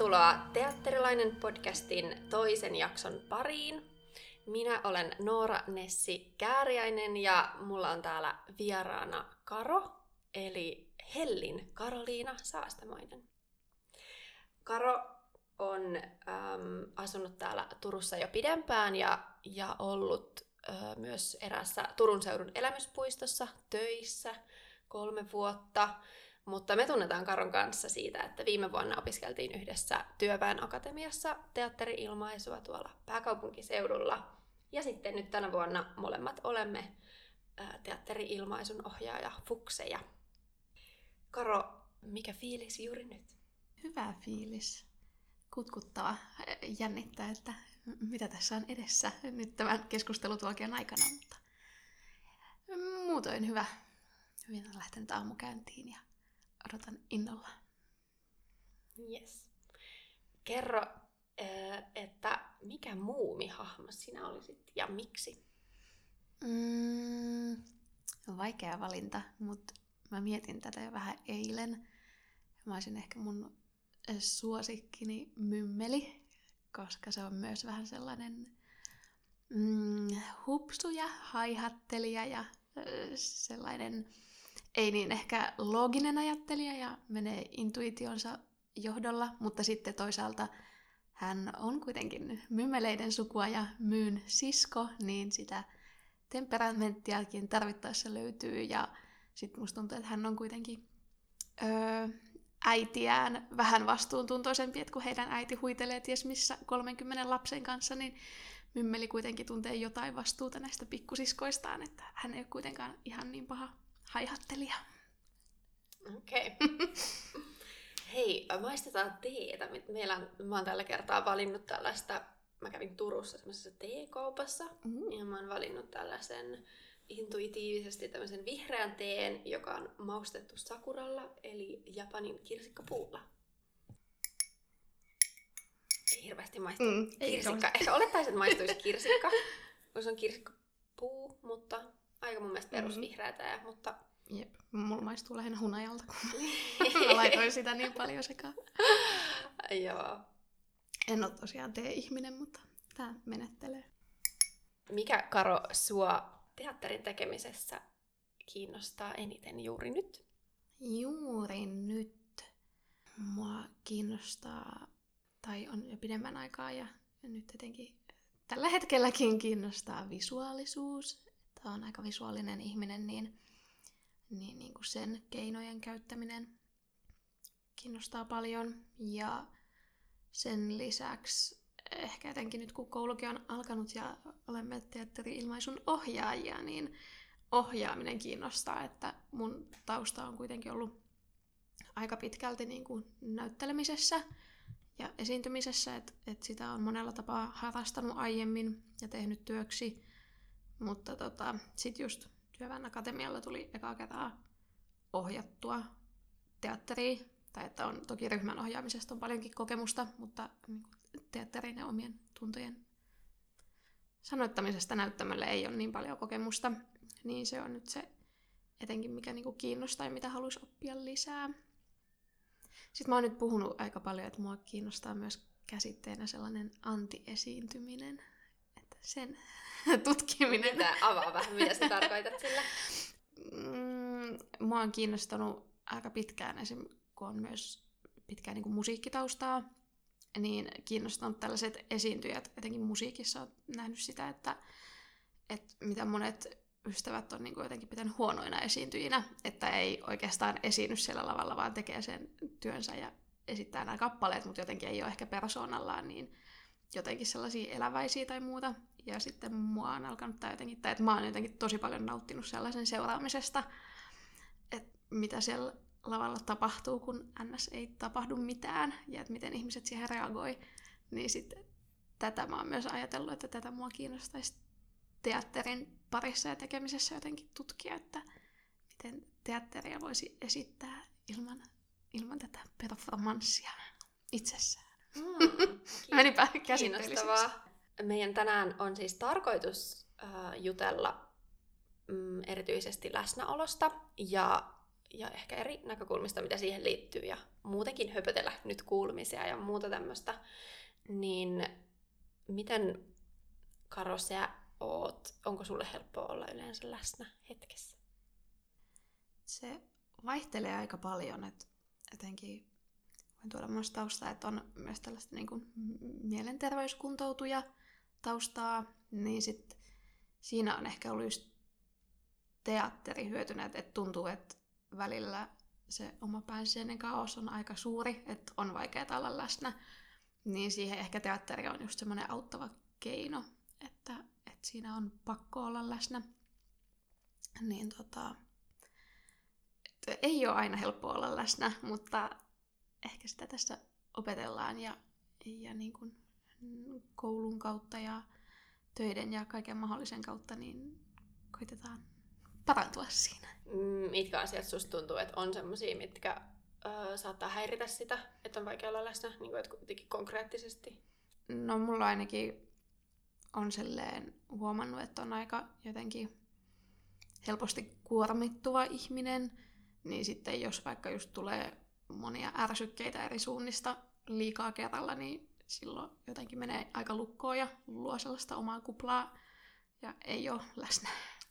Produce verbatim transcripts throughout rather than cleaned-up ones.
Tervetuloa Teatterilainen podcastin toisen jakson pariin. Minä olen Noora Nessi Kääriäinen ja mulla on täällä vieraana Karo, eli Hellin Karoliina Saastamoinen. Karo on äm, asunut täällä Turussa jo pidempään ja, ja ollut ä, myös eräässä Turun seudun elämyspuistossa töissä kolme vuotta. Mutta me tunnetaan Karon kanssa siitä, että viime vuonna opiskeltiin yhdessä Työväen Akatemiassa teatteri-ilmaisua tuolla pääkaupunkiseudulla. Ja sitten nyt tänä vuonna molemmat olemme ä, teatteri-ilmaisun ohjaaja fukseja. Karo, mikä fiilis juuri nyt? Hyvä fiilis. Kutkuttaa, jännittää, että mitä tässä on edessä nyt tämän keskustelutulkien aikana, mutta muutoin hyvä. Hyvin on lähtenyt aamukäyntiin ja odotan innolla. Yes. Kerro, että mikä muumihahmo sinä olisit ja miksi? Mm, vaikea valinta, mutta mä mietin tätä jo vähän eilen. Mä olisin ehkä mun suosikkini Mymmeli, koska se on myös vähän sellainen mm, hupsuja, haihattelija ja sellainen ei niin ehkä looginen ajattelija ja menee intuitionsa johdolla, mutta sitten toisaalta hän on kuitenkin mymmeleiden sukua ja myyn sisko, niin sitä temperamenttiakin tarvittaessa löytyy. Ja sitten musta tuntuu, että hän on kuitenkin öö, äitiään vähän vastuuntuntoisempi, että kun heidän äiti huitelee ties missä kolmenkymmenen lapsen kanssa, niin mymmeli kuitenkin tuntee jotain vastuuta näistä pikkusiskoistaan, että hän ei ole kuitenkaan ihan niin paha haihattelija. Okei. Okay. Hei, maistetaan teetä. Meillä on, mä oon tällä kertaa valinnut tällaista, mä kävin Turussa semmoisessa teekaupassa, mm. ja mä oon valinnut tällaisen intuitiivisesti tämmöisen vihreän teen, joka on maustettu sakuralla, eli Japanin kirsikkapuulla. Ei hirveästi maistu mm, kirsikka. Ehkä olettaisin, että maistuisi kirsikka, kun se on kirsikkapuu, mutta aika mun mielestä perusvihreätä. Ja, mutta... Jep, mulla maistuu lähinnä hunajalta, kun mä laitoin sitä niin paljon sekaan. Joo. En ole tosiaan tee-ihminen, mutta tää menettelee. Mikä, Karo, sua teatterin tekemisessä kiinnostaa eniten juuri nyt? Juuri nyt. Mua kiinnostaa, tai on jo pidemmän aikaa, ja nyt jotenkin tällä hetkelläkin kiinnostaa visuaalisuus. Tämä on aika visuaalinen ihminen, niin, niin, niin kuin sen keinojen käyttäminen kiinnostaa paljon. Ja sen lisäksi ehkä jotenkin nyt kun koulukin on alkanut ja olemme teatteri-ilmaisun ohjaajia, niin ohjaaminen kiinnostaa, että mun tausta on kuitenkin ollut aika pitkälti niin kuin näyttelemisessä ja esiintymisessä, että et sitä on monella tapaa harrastanut aiemmin ja tehnyt työksi. Mutta tota, sitten just Työväen Akatemialla tuli ekaa kertaa ohjattua teatteria. Tai että on toki ryhmän ohjaamisesta on paljonkin kokemusta, mutta teatterin ja omien tuntojen sanoittamisesta näyttämölle ei ole niin paljon kokemusta. Niin se on nyt se etenkin mikä niinku kiinnostaa ja mitä haluaisi oppia lisää. Sitten mä oon nyt puhunut aika paljon, että mua kiinnostaa myös käsitteenä sellainen anti-esiintyminen. Että sen tutkiminen. Mitä? Avaa vähän, mitä sä tarkoitat sillä? Mm, mua on kiinnostanut aika pitkään, esimerkiksi kun on myös pitkään niin kuin musiikkitaustaa, niin kiinnostanut tällaiset esiintyjät, etenkin musiikissa on nähnyt sitä, että, että mitä monet ystävät on niin kuin jotenkin pitänyt huonoina esiintyjinä, että ei oikeastaan esiinny siellä lavalla, vaan tekee sen työnsä ja esittää nämä kappaleet, mutta jotenkin ei ole ehkä persoonallaan niin jotenkin sellaisia eläväisiä tai muuta. Ja sitten mua on alkanut tää jotenkin, tai että mä oon jotenkin tosi paljon nauttinut sellaisen seuraamisesta, että mitä siellä lavalla tapahtuu, kun ns. Ei tapahdu mitään, ja että miten ihmiset siihen reagoi. Niin sitten tätä mä oon myös ajatellut, että tätä mua kiinnostaisi teatterin parissa ja tekemisessä jotenkin tutkia, että miten teatteria voisi esittää ilman, ilman tätä performanssia itsessään. Mm, Menipä käsitteelliseksi. Meidän tänään on siis tarkoitus äh, jutella mm, erityisesti läsnäolosta ja ja ehkä eri näkökulmista, mitä siihen liittyy, ja muutenkin höpötellä nyt kuulumisia ja muuta tämmöistä. Niin miten, Karo, sä oot, onko sulle helppoa olla yleensä läsnä hetkessä? Se vaihtelee aika paljon, että etenkin voin tuoda myös taustaa, että on myös tällaista niin kuin mielenterveyskuntoutuja taustaa, niin sit siinä on ehkä ollut just teatteri hyötynä, että tuntuu, että välillä se oma päänsisäinen kaos on aika suuri, että on vaikeaa olla läsnä, niin siihen ehkä teatteri on just semmoinen auttava keino, että, että siinä on pakko olla läsnä. Niin tota, ei ole aina helppo olla läsnä, mutta ehkä sitä tässä opetellaan ja, ja niin kuin koulun kautta ja töiden ja kaiken mahdollisen kautta niin koitetaan parantua siinä. Mitkä asiat susta tuntuu, että on semmosia, mitkä ö, saattaa häiritä sitä, että on vaikea olla läsnä, niin kuin, että kuitenkin konkreettisesti? No mulla ainakin on silleen huomannut, että on aika jotenkin helposti kuormittuva ihminen, niin sitten jos vaikka just tulee monia ärsykkeitä eri suunnista liikaa kerralla, niin silloin jotenkin menee aika lukkoon ja luo sellaista omaa kuplaa ja ei ole läsnä.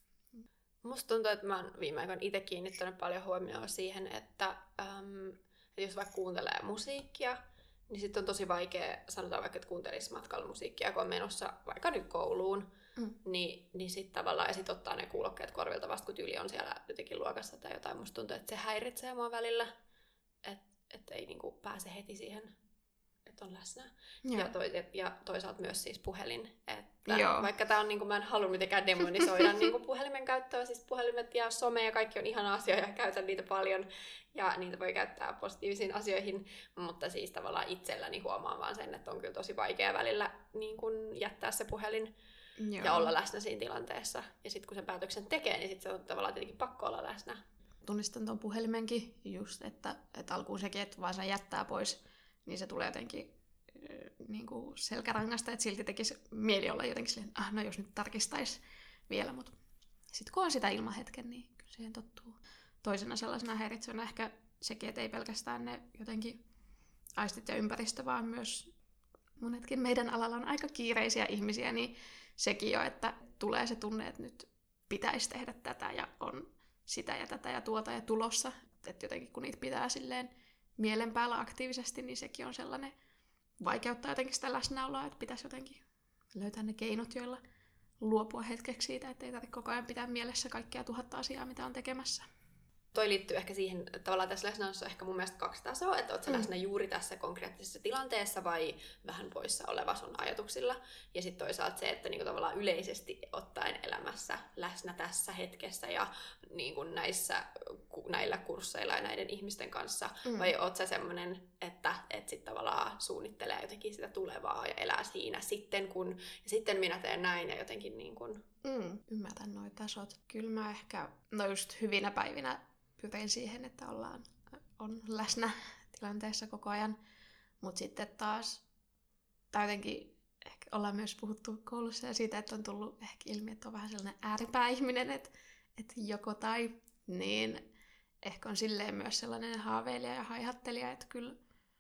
Musta tuntuu, että mä oon viime aikoina itse kiinnittänyt paljon huomioon siihen, että, äm, että jos vaikka kuuntelee musiikkia, niin sitten on tosi vaikea, sanotaan vaikka, että kuuntelisi matkalla musiikkia, kun on menossa vaikka nyt kouluun, mm. niin, niin sitten tavallaan, ja sit ottaa ne kuulokkeet korvilta vasta, kun tyyli on siellä jotenkin luokassa tai jotain. Musta tuntuu, että se häiritsee mua välillä, että et ei niinku pääse heti siihen, että on läsnä. Ja, toi, ja toisaalta myös siis puhelin. Että vaikka tää on, niinku, mä en halua mitenkään demonisoida niinku puhelimen käyttöä, siis puhelimet ja some ja kaikki on ihana asia ja käytän niitä paljon. Ja niitä voi käyttää positiivisiin asioihin, mutta siis tavallaan itselläni huomaan vaan sen, että on kyllä tosi vaikea välillä niin kun jättää se puhelin Joo. ja olla läsnä siinä tilanteessa. Ja sitten kun sen päätöksen tekee, niin sit se on tavallaan tietenkin pakko olla läsnä. Tunnistan tuon puhelimenkin just, että, että alkuun sekin, että vaan sen jättää pois, niin se tulee jotenkin niin kuin selkärangasta, että silti tekisi mieli olla jotenkin silleen, ah no jos nyt tarkistaisi vielä, mutta sitten kun on sitä ilmahetken, niin kyllä siihen tottuu. Toisena sellaisena häiritsevänä ehkä sekin, että ei pelkästään ne jotenkin aistit ja ympäristö, vaan myös monetkin meidän alalla on aika kiireisiä ihmisiä, niin sekin jo, että tulee se tunne, että nyt pitäisi tehdä tätä ja on sitä ja tätä ja tuota ja tulossa. Että jotenkin kun niitä pitää silleen mielen päällä aktiivisesti, niin sekin on sellainen vaikeuttaa jotenkin sitä läsnäoloa, että pitäisi jotenkin löytää ne keinot, joilla luopua hetkeksi siitä, että ei tarvitse koko ajan pitää mielessä kaikkea tuhatta asiaa, mitä on tekemässä. Toi liittyy ehkä siihen, että tavallaan tässä läsnäolossa on ehkä mun mielestä kaksi tasoa, että oot sä mm. läsnä juuri tässä konkreettisessa tilanteessa vai vähän poissa oleva sun ajatuksilla. Ja sitten toisaalta se, että niinku tavallaan yleisesti ottaen elämässä läsnä tässä hetkessä ja niinku näissä, näillä kursseilla ja näiden ihmisten kanssa. Mm. Vai oot sä semmonen, että et sit tavallaan suunnittelee jotenkin sitä tulevaa ja elää siinä sitten kun, ja sitten minä teen näin ja jotenkin niin kuin... Mm, ymmärrän noi tasot. Kyllä mä ehkä, no just hyvinä päivinä pyrin siihen, että ollaan on läsnä tilanteessa koko ajan. Mutta sitten taas, tai jotenkin ehkä ollaan myös puhuttu koulussa ja siitä, että on tullut ehkä ilmi, että on vähän sellainen ääripääihminen, että, että joko tai, niin ehkä on silleen myös sellainen haaveilija ja haihattelija, että kyllä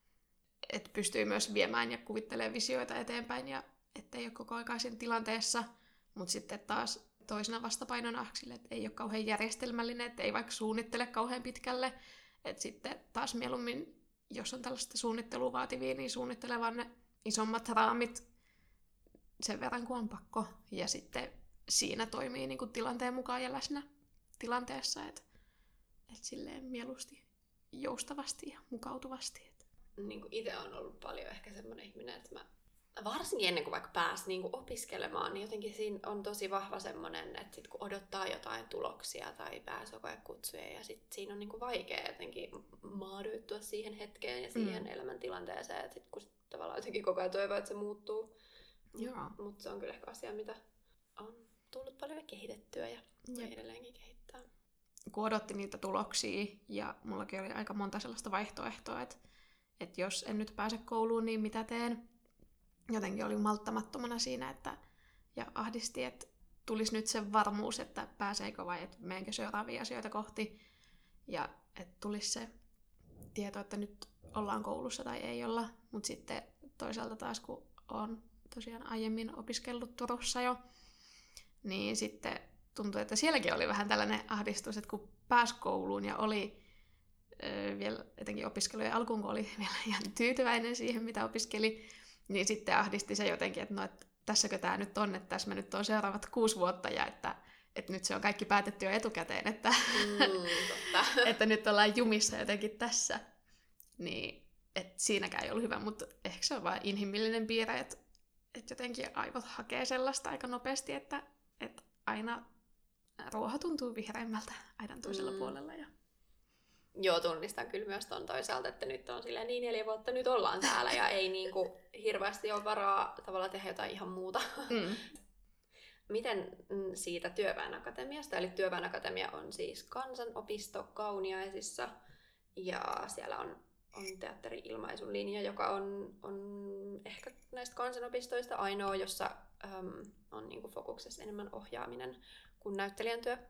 että pystyy myös viemään ja kuvittelemaan visioita eteenpäin ja ettei ole koko ajan siinä tilanteessa, mutta sitten taas toisena vastapainona sille, että ei ole kauhean järjestelmällinen, että ei vaikka suunnittele kauhean pitkälle, että sitten taas mieluummin, jos on tällaista suunnittelua vaativia, niin suunnittelee vaan ne isommat raamit sen verran kuin on pakko ja sitten siinä toimii niin kuin tilanteen mukaan ja läsnä tilanteessa, että, että silleen mieluusti joustavasti ja mukautuvasti. Niin kuin itse on ollut paljon ehkä semmoinen ihminen, että mä varsinkin ennen kuin vaikka pääsi niin kuin opiskelemaan, niin jotenkin siinä on tosi vahva semmoinen, että sit kun odottaa jotain tuloksia tai pääsee koko ajan kutsuja ja sit siinä on niin kuin vaikea jotenkin maadoittua siihen hetkeen ja siihen mm. elämäntilanteeseen, että sit kun sit tavallaan jotenkin koko ajan toivoo, että se muuttuu. Mutta se on kyllä ehkä asia, mitä on tullut paljon kehitettyä ja voi edelleenkin kehittää. Kun odotti niitä tuloksia ja mullakin oli aika monta sellaista vaihtoehtoa, että että jos en nyt pääse kouluun, niin mitä teen? Jotenkin oli malttamattomana siinä, että ja ahdisti, että tulisi nyt se varmuus, että pääseekö vai että meenkö seuraavia asioita kohti. ja että tulisi se tieto, että nyt ollaan koulussa tai ei olla. Mutta sitten toisaalta taas, kun olen tosiaan aiemmin opiskellut Turussa jo, niin sitten tuntui, että sielläkin oli vähän tällainen ahdistus, että kun pääsi kouluun ja oli öö, vielä etenkin opiskelujen alkuun, kun oli vielä ihan tyytyväinen siihen, mitä opiskeli, niin sitten ahdisti se jotenkin, että no, että tässäkö tämä nyt on, että tässä mä nyt on seuraavat kuusi vuotta ja että, että nyt se on kaikki päätetty jo etukäteen, että, mm, että nyt ollaan jumissa jotenkin tässä. Niin, että siinäkään ei ollut hyvä, mutta ehkä se on vain inhimillinen piirre, että, että jotenkin aivot hakee sellaista aika nopeasti, että, että aina ruoho tuntuu vihreimmältä aidan toisella mm. puolella. Ja... Joo, tunnistan kyllä myös ton toisaalta, että nyt on silleen niin neljä vuotta, nyt ollaan täällä ja ei niinku hirveästi ole varaa tavallaan tehdä jotain ihan muuta. Mm. Miten siitä Työväen Akatemiasta, eli Työväen Akatemia on siis kansanopisto Kauniaisissa ja siellä on, on teatteri-ilmaisun linja, joka on, on ehkä näistä kansanopistoista ainoa, jossa äm, on niinku fokuksessa enemmän ohjaaminen kuin näyttelijän työ.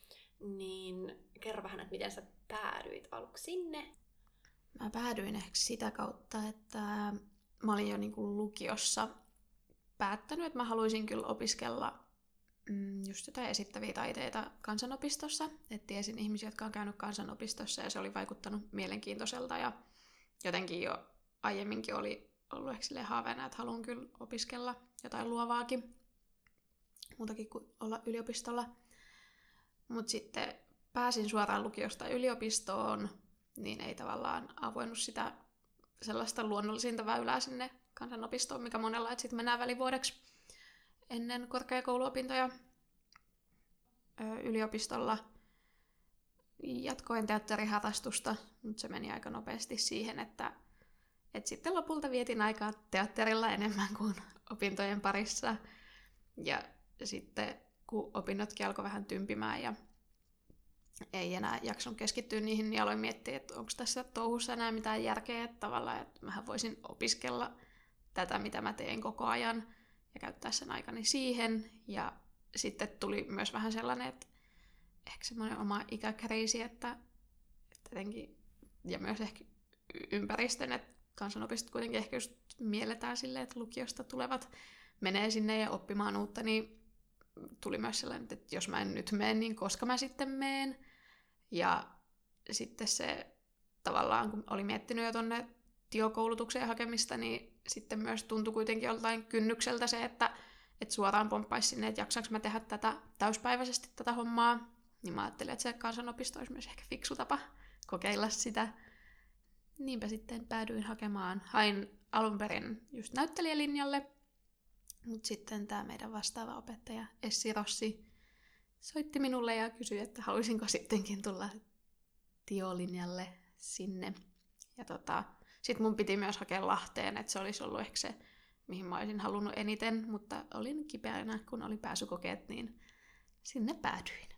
Niin kerro vähän, että miten sä päädyit aluksi sinne? Mä päädyin ehkä sitä kautta, että mä olin jo niinku lukiossa päättänyt, että mä haluaisin kyllä opiskella mm, just jotain esittäviä taiteita kansanopistossa. Et tiesin ihmisiä, jotka on käynyt kansanopistossa ja se oli vaikuttanut mielenkiintoiselta. Ja jotenkin jo aiemminkin oli ollut ehkä silleen haaveena, että haluan kyllä opiskella jotain luovaakin, muutakin kuin olla yliopistolla. Mutta sitten pääsin suoraan lukiosta yliopistoon, niin ei tavallaan avoinut sitä sellaista luonnollisinta väylää sinne kansanopistoon, mikä monella, että sitten mennään välivuodeksi ennen korkeakouluopintoja. Yliopistolla jatkoin teatteriharrastusta, mutta se meni aika nopeasti siihen, että, että sitten lopulta vietin aikaa teatterilla enemmän kuin opintojen parissa. Ja sitten kun opinnotkin alkoi vähän tympimään ja ei enää jakson keskittyä niihin, niin aloin miettiä, että onko tässä touhussa enää mitään järkeä, että tavallaan, että mähän voisin opiskella tätä, mitä mä teen koko ajan ja käyttää sen aikani siihen. Ja sitten tuli myös vähän sellainen, että ehkä semmoinen oma ikäkriisi, että, että jotenkin, ja myös ehkä ympäristön, että kansanopistot kuitenkin ehkä just mielletään silleen, että lukiosta tulevat menee sinne ja oppimaan uutta, niin tuli myös sellainen, että jos mä en nyt mene, niin koska mä sitten meen. Ja sitten se tavallaan, kun oli miettinyt jo tonne tiokoulutukseen hakemista, niin sitten myös tuntui kuitenkin joltain kynnykseltä se, että, että suoraan pomppaisi sinne, että jaksaanko mä tehdä tätä täyspäiväisesti tätä hommaa. Niin mä ajattelin, että se kansanopisto olisi myös ehkä fiksu tapa kokeilla sitä. Niinpä sitten päädyin hakemaan. Hain alun perin just näyttelijälinjalle. Mutta sitten tämä meidän vastaava opettaja Essi Rossi soitti minulle ja kysyi, että haluaisinko sittenkin tulla tiolinjalle sinne. Ja tota, sitten mun piti myös hakea Lahteen, että se olisi ollut ehkä se, mihin mä olisin halunnut eniten. Mutta olin kipeänä, kun oli pääsykokeet, niin sinne päädyin.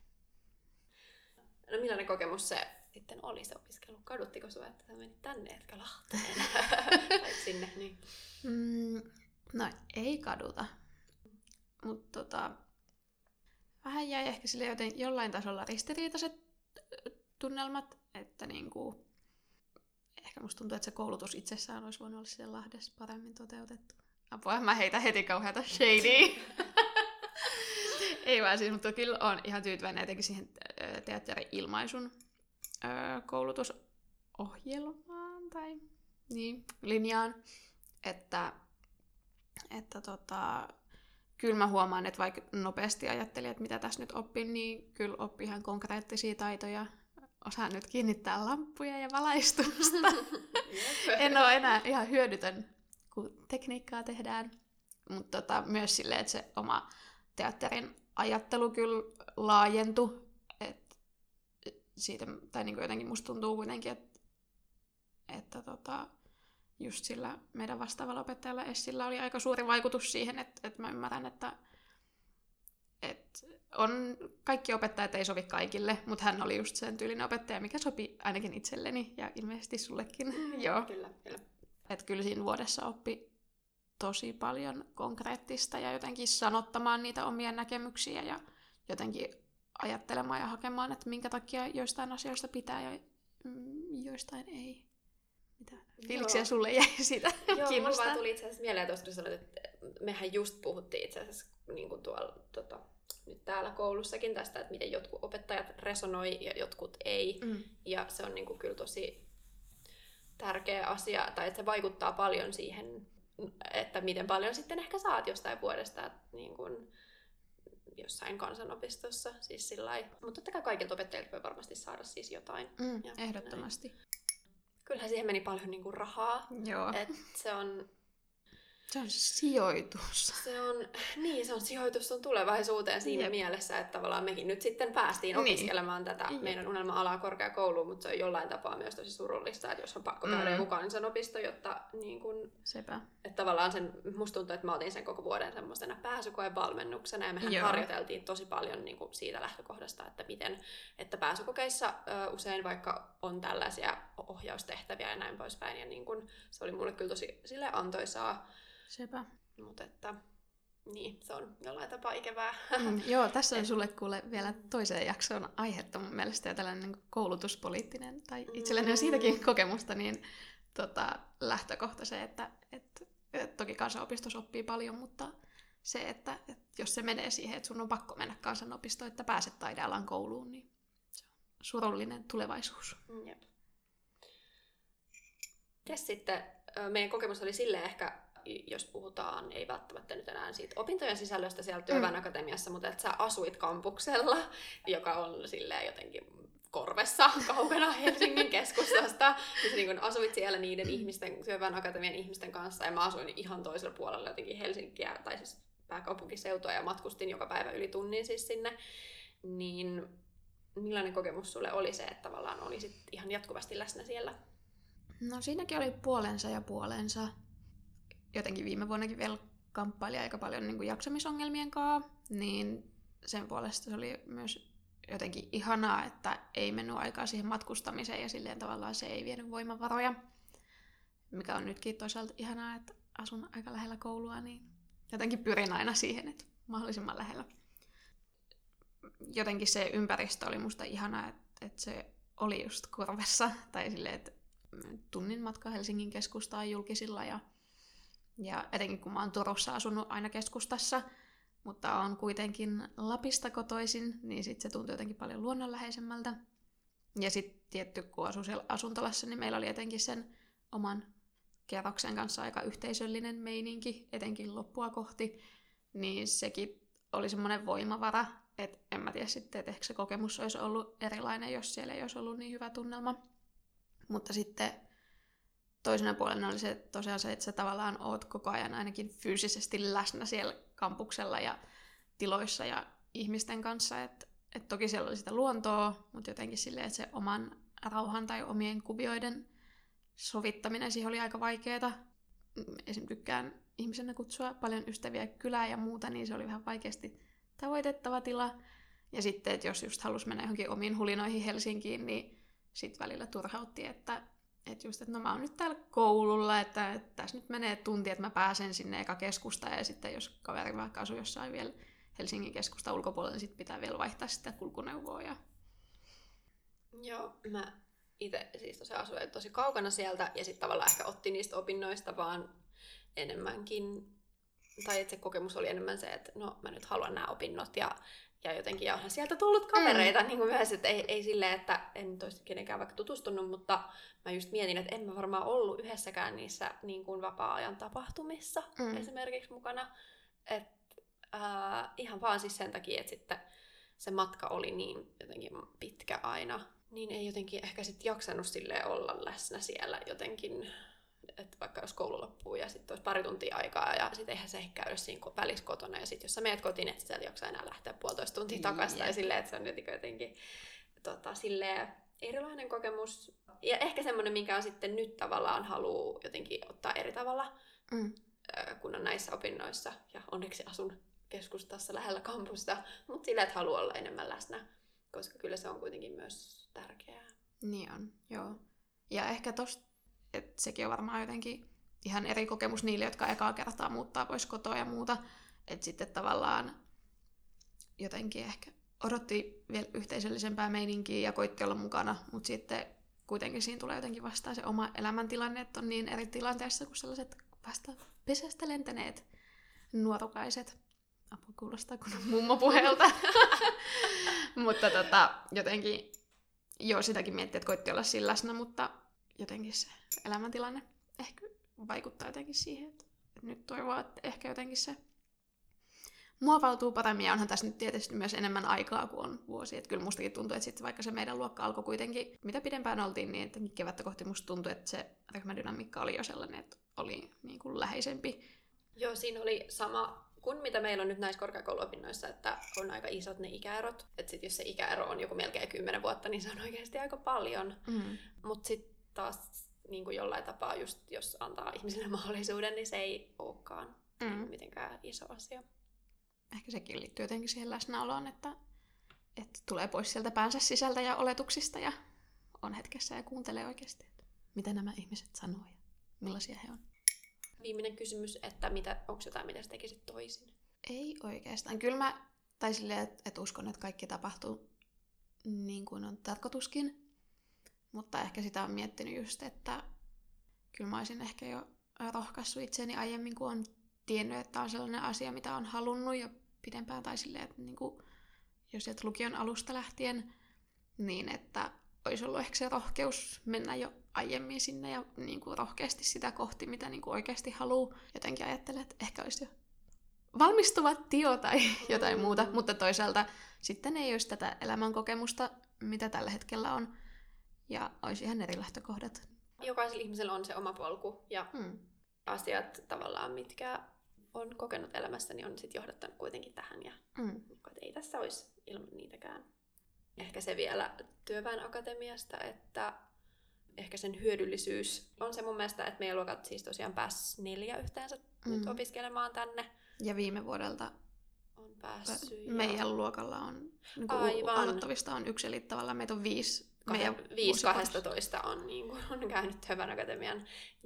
No millainen kokemus se sitten oli se opiskelu? Kaduttiko sua, että sä menit tänne, etkä Lahteen? Tai sinne, niin. Mm. No ei kaduta, mutta tota, vähän jäi ehkä sille joten jollain tasolla ristiriitaiset tunnelmat, että niinku, ehkä musta tuntuu, että se koulutus itsessään olisi voinut olla siellä Lahdessa paremmin toteutettu. Apua, mä heitän heti kauheata shadyä. Ei vaan siis, mutta kyllä on ihan tyytyväinen etenkin siihen teatteri-ilmaisun koulutusohjelmaan tai niin, linjaan, että Että tota, kyllä mä huomaan, että vaikka nopeasti ajattelin, että mitä tässä nyt oppin, niin kyllä oppi ihan konkreettisia taitoja. Osaan nyt kiinnittää lamppuja ja valaistusta. En ole enää ihan hyödytön, kun tekniikkaa tehdään. Mutta tota, myös silleen, että se oma teatterin ajattelu kyllä laajentui. Et siitä, tai niin kuin jotenkin musta tuntuu kuitenkin, että, että tota, just sillä meidän vastaavalla opettajalla Essillä oli aika suuri vaikutus siihen, että, että mä ymmärrän, että, että on, kaikki opettajat ei sovi kaikille, mutta hän oli just sen tyylinen opettaja, mikä sopi ainakin itselleni ja ilmeisesti sullekin. Mm, Joo. Kyllä, kyllä. Että kyllä siinä vuodessa oppi tosi paljon konkreettista ja jotenkin sanottamaan niitä omia näkemyksiä ja jotenkin ajattelemaan ja hakemaan, että minkä takia joistain asioista pitää ja joistain ei. Mitä fiiliksiä sulle jäi siitä Joo, kiinnostaa? mulla vaan tuli itse asiassa mieleen tuosta, kun sanoit, että mehän just puhuttiin itse asiassa niin kuin tuolla tota, nyt täällä koulussakin tästä, että miten jotkut opettajat resonoi ja jotkut ei. Mm. Ja se on niin kuin kyllä tosi tärkeä asia, tai että se vaikuttaa paljon siihen, että miten paljon sitten ehkä saat jostain vuodesta, että niin kuin jossain kansanopistossa. Siis sillai. Mutta totta kai kaikilta opettajilta voi varmasti saada siis jotain. Mm, ja ehdottomasti. Näin. Kyllähän siihen meni paljon niin kuin rahaa. Joo. Et se on... Se on sijoitus. Se on, niin, se on sijoitus sun tulevaisuuteen siinä Jep. mielessä, että tavallaan mekin nyt sitten päästiin opiskelemaan niin. tätä Jep. meidän unelma-alaa korkeakouluun, mutta se on jollain tapaa myös tosi surullista, että jos on pakko käydä mm. joku kansanopisto, jotta niin kun, Sepä. Että tavallaan sen, musta tuntuu, että mä otin sen koko vuoden semmoisena pääsykoevalmennuksena ja mehän Joo. harjoiteltiin tosi paljon niin kuin siitä lähtökohdasta, että miten, että pääsykokeissa ö, usein vaikka on tällaisia ohjaustehtäviä ja näin poispäin ja niin kun, se oli mulle kyllä tosi silleen antoisaa. Sepä. Mutta että, niin, se on jollain tapaa ikävää. Mm, joo, tässä on sulle kuule vielä toiseen jaksoon aihetta mun mielestä ja tällainen niin koulutuspoliittinen, tai itselleni on siitäkin kokemusta, niin tota, lähtökohta se, että et, et, toki kansanopistossa oppii paljon, mutta se, että et, jos se menee siihen, että sun on pakko mennä kansanopistoon, että pääset taidealan kouluun, niin se on surullinen tulevaisuus. Jep. Mites sitten, meidän kokemus oli silleen ehkä, jos puhutaan, ei välttämättä nyt enää siitä opintojen sisällöstä siellä Työväen mm. Akatemiassa, mutta että sä asuit kampuksella, joka on silleen jotenkin korvessa, kaukana Helsingin keskustasta. Ja sä niin kun asuit siellä niiden ihmisten, Työväen Akatemian ihmisten kanssa, ja mä asuin ihan toisella puolella jotenkin Helsinkiä, tai siis pääkaupunkiseutua, ja matkustin joka päivä yli tunnin siis sinne. Niin millainen kokemus sulle oli se, että tavallaan olisit ihan jatkuvasti läsnä siellä? No siinäkin oli puolensa ja puolensa. Jotenkin viime vuonnakin vielä kamppaili aika paljon niin kuin jaksamisongelmien kanssa, niin sen puolesta se oli myös jotenkin ihanaa, että ei mennyt aikaa siihen matkustamiseen ja silleen tavallaan se ei vienyt voimavaroja, mikä on nytkin toisaalta ihanaa, että asun aika lähellä koulua, niin jotenkin pyrin aina siihen, että mahdollisimman lähellä. Jotenkin se ympäristö oli musta ihanaa, että, että se oli just korvessa, tai silleen, että tunnin matka Helsingin keskustaan julkisilla ja Ja etenkin kun mä oon Turussa asunut aina keskustassa, mutta on kuitenkin Lapista kotoisin, niin sit se tuntui jotenkin paljon luonnonläheisemmältä. Ja sitten tietty, kun asui siellä asuntolassa, niin meillä oli etenkin sen oman kerroksen kanssa aika yhteisöllinen meininki, etenkin loppua kohti. Niin sekin oli semmoinen voimavara, että en mä tiedä sitten, että ehkä se kokemus olisi ollut erilainen, jos siellä ei olisi ollut niin hyvä tunnelma. Mutta sitten toisena puolena oli se tosiaan se, että sä tavallaan oot koko ajan ainakin fyysisesti läsnä siellä kampuksella ja tiloissa ja ihmisten kanssa. Et, et toki siellä oli sitä luontoa, mutta jotenkin silleen, että se oman rauhan tai omien kuvioiden sovittaminen siihen oli aika vaikeaa. Esim. Tykkään ihmisenä kutsua paljon ystäviä kylään ja muuta, niin se oli vähän vaikeasti tavoitettava tila. Ja sitten, että jos just halusi mennä johonkin omiin hulinoihin Helsinkiin, niin sitten välillä turhautti, että Että just, että no mä oon nyt täällä koululla, että, että tässä nyt menee tunti, että mä pääsen sinne eka keskustaan ja sitten jos kaveri vaikka asuu jossain vielä Helsingin keskustan ulkopuolella, niin sitten pitää vielä vaihtaa sitä kulkuneuvoa. Ja... Joo, mä itse siis tosiaan asuin tosi kaukana sieltä ja sitten tavallaan ehkä otti niistä opinnoista vaan enemmänkin, tai että se kokemus oli enemmän se, että no mä nyt haluan nämä opinnot ja Ja jotenkin ja onhan sieltä tullut kavereita mm. niin kuin myös, että ei, ei silleen, että en nyt olisi kenenkään vaikka tutustunut, mutta mä just mietin, että en mä varmaan ollut yhdessäkään niissä niin kuin vapaa-ajan tapahtumissa mm. esimerkiksi mukana. Et, äh, ihan vaan siis sen takia, että sitten se matka oli niin jotenkin pitkä aina, niin ei jotenkin ehkä sitten jaksanut silleen olla läsnä siellä jotenkin, että vaikka jos koulu loppuu ja sitten olisi pari tuntia aikaa ja sitten eihän se ehkä käydä siinä välissä kotona ja sitten jos sä meet kotiin, että sieltä jaksaa enää lähteä puolitoista tuntia takaisin tai silleen, että se on jotenkin tota, silleen erilainen kokemus. Ja ehkä semmoinen, minkä on sitten nyt tavallaan haluaa jotenkin ottaa eri tavalla, mm. kun on näissä opinnoissa ja onneksi asun keskustassa lähellä kampusta, mutta silleen, että haluaa olla enemmän läsnä, koska kyllä se on kuitenkin myös tärkeää. Niin on, joo. Ja ehkä tosta että sekin on varmaan jotenkin ihan eri kokemus niille, jotka ekaa kertaa muuttaa pois kotoa ja muuta. Että sitten tavallaan jotenkin ehkä odotti vielä yhteisöllisempää meininkiä ja koitti olla mukana, mutta sitten kuitenkin siinä tulee jotenkin vastaan se oma elämäntilanne, että on niin eri tilanteessa kuin sellaiset vasta pesästä lentäneet nuorukaiset. Apua, kuulostaa kun on mummopuheelta. Mutta tota, jotenkin, joo, sitäkin miettii, että koitti olla siinä läsnä, mutta jotenkin se elämäntilanne ehkä vaikuttaa jotenkin siihen, että nyt toivoa, että ehkä jotenkin se muovautuu paremmin, ja onhan tässä nyt tietysti myös enemmän aikaa kuin on vuosi. Että kyllä mustakin tuntuu, että sitten vaikka se meidän luokka alkoi kuitenkin, mitä pidempään oltiin, niin jotenkin kevättä kohti musta tuntui, että se ryhmädynamiikka oli jo sellainen, että oli niin kuin läheisempi. Joo, siinä oli sama kuin mitä meillä on nyt näissä korkeakouluopinnoissa, että on aika isot ne ikäerot. Että sit jos se ikäero on joku melkein kymmenen vuotta, niin se on oikeasti aika paljon. Mm. Mutta sitten taas niin kuin jollain tapaa, just jos antaa ihmisille mahdollisuuden, niin se ei olekaan mm. mitenkään iso asia. Ehkä sekin liittyy jotenkin siihen läsnäoloon, että, että tulee pois sieltä päänsä sisältä ja oletuksista ja on hetkessä ja kuuntelee oikeasti, että mitä nämä ihmiset sanoo ja millaisia he on. Viimeinen kysymys, että mitä, onko jotain, mitä sä tekisit toisin? Ei oikeastaan. Kyllä mä, tai silleen, että, että uskon, että kaikki tapahtuu niin kuin on tarkoituskin, mutta ehkä sitä on miettinyt just, että kyllä mä olisin ehkä jo rohkaissut itseäni aiemmin, kun on tiennyt, että on sellainen asia, mitä on halunnut jo pidempään, tai silleen, että niin kuin, jos sieltä lukion alusta lähtien, niin että olisi ollut ehkä se rohkeus mennä jo aiemmin sinne ja niin kuin rohkeasti sitä kohti, mitä niin kuin oikeasti haluaa. Jotenkin ajattelen, että ehkä olisi jo valmistuva tio tai jotain mm. muuta, mutta toisaalta sitten ei olisi tätä elämänkokemusta, mitä tällä hetkellä on, ja olisi ihan eri lähtökohdat. Jokaisella ihmisellä on se oma polku, ja mm. asiat tavallaan, mitkä on kokenut elämässä, niin on sitten johdattanut kuitenkin tähän, ja mm. ei tässä olisi ilman niitäkään. Ehkä se vielä Työväen Akatemiasta, että ehkä sen hyödyllisyys on se mun mielestä, että meidän luokat siis tosiaan pääsi neljä yhteensä mm. nyt opiskelemaan tänne. Ja viime vuodelta on päässyt. Meidän ja luokalla on, niin kuin aloittavista on yksi, eli tavallaan meitä on viisi. Viisi kahdestatoista on, niin kuin, on käynyt Työväen Akatemian.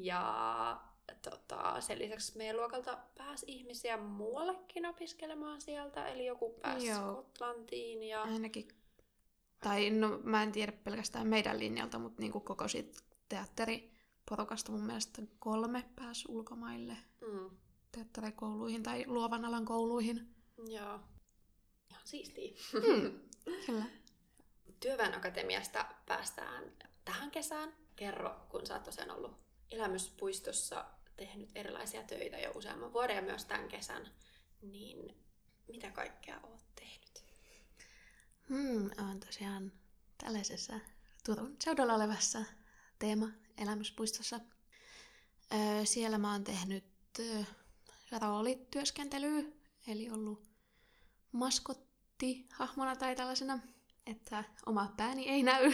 Ja tota, sen lisäksi meidän luokalta pääsi ihmisiä muuallekin opiskelemaan sieltä, eli joku pääsi Joo. Skotlantiin. Ja ainakin. Tai no, mä en tiedä pelkästään meidän linjalta, mutta niin kuin koko siitä teatteriporukasta mun mielestä kolme pääsi ulkomaille mm. teatterikouluihin tai luovan alan kouluihin. Joo. Ihan siistiä. Mm, kyllä. Työväen Akatemiasta päästään tähän kesään. Kerro, kun sä oot tosiaan ollut Elämyspuistossa tehnyt erilaisia töitä jo useamman vuoden ja myös tämän kesän, niin mitä kaikkea oot tehnyt? Hmm, olen tosiaan tällaisessa Turun seudulla olevassa Teema Elämyspuistossa. Öö, siellä mä oon tehnyt öö, roolityöskentelyä, eli ollut maskottihahmona tai tällaisena, että oma pääni ei näy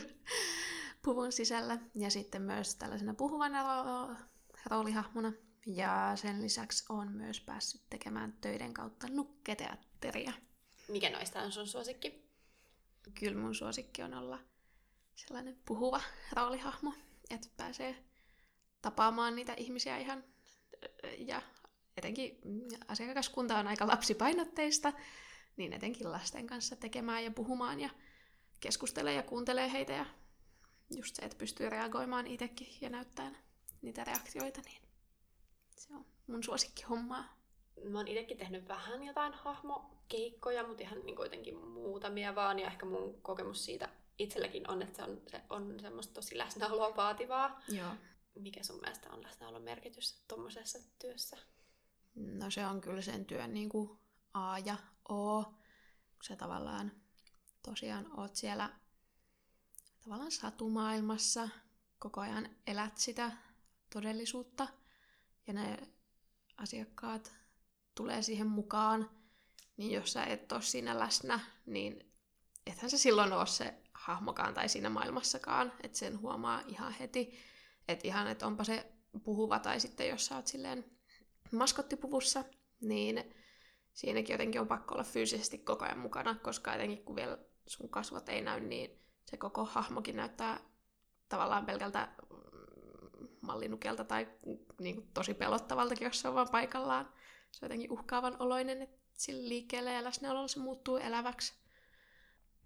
puvun sisällä. Ja sitten myös tällaisena puhuvana ro- roolihahmona. Ja sen lisäksi olen myös päässyt tekemään töiden kautta nukketeatteria. Mikä noista on sun suosikki? Kyllä mun suosikki on olla sellainen puhuva roolihahmo, että pääsee tapaamaan niitä ihmisiä ihan, ja etenkin asiakaskunta on aika lapsipainotteista, niin etenkin lasten kanssa tekemään ja puhumaan ja keskustelee ja kuuntelee heitä ja just se, että pystyy reagoimaan itsekin ja näyttämään niitä reaktioita, niin se on mun suosikki hommaa. Mä oon itsekin tehnyt vähän jotain hahmokeikkoja, mutta ihan niin kuitenkin muutamia vaan. Ja ehkä mun kokemus siitä itselläkin on, että se on, se on semmoista tosi läsnäoloa vaativaa. Joo. Mikä sun mielestä on läsnäolon merkitys tuommoisessa työssä? No se on kyllä sen työn niin kuin A ja O. Sä tavallaan tosiaan oot siellä tavallaan satumaailmassa, koko ajan elät sitä todellisuutta ja ne asiakkaat tulee siihen mukaan, niin jos sä et ole siinä läsnä, niin ethän se silloin ole se hahmokaan tai siinä maailmassakaan, että sen huomaa ihan heti, että ihan, että onpa se puhuva tai sitten jos sä oot silleen maskottipuvussa, niin siinäkin jotenkin on pakko olla fyysisesti koko ajan mukana, koska etenkin kun vielä sun kasvot ei näy, niin se koko hahmokin näyttää tavallaan pelkältä mallinukelta tai niin kuin tosi pelottavaltakin, jos se on vaan paikallaan. Se on jotenkin uhkaavan oloinen, että sillä liikkeellä ja läsnäololla se muuttuu eläväksi.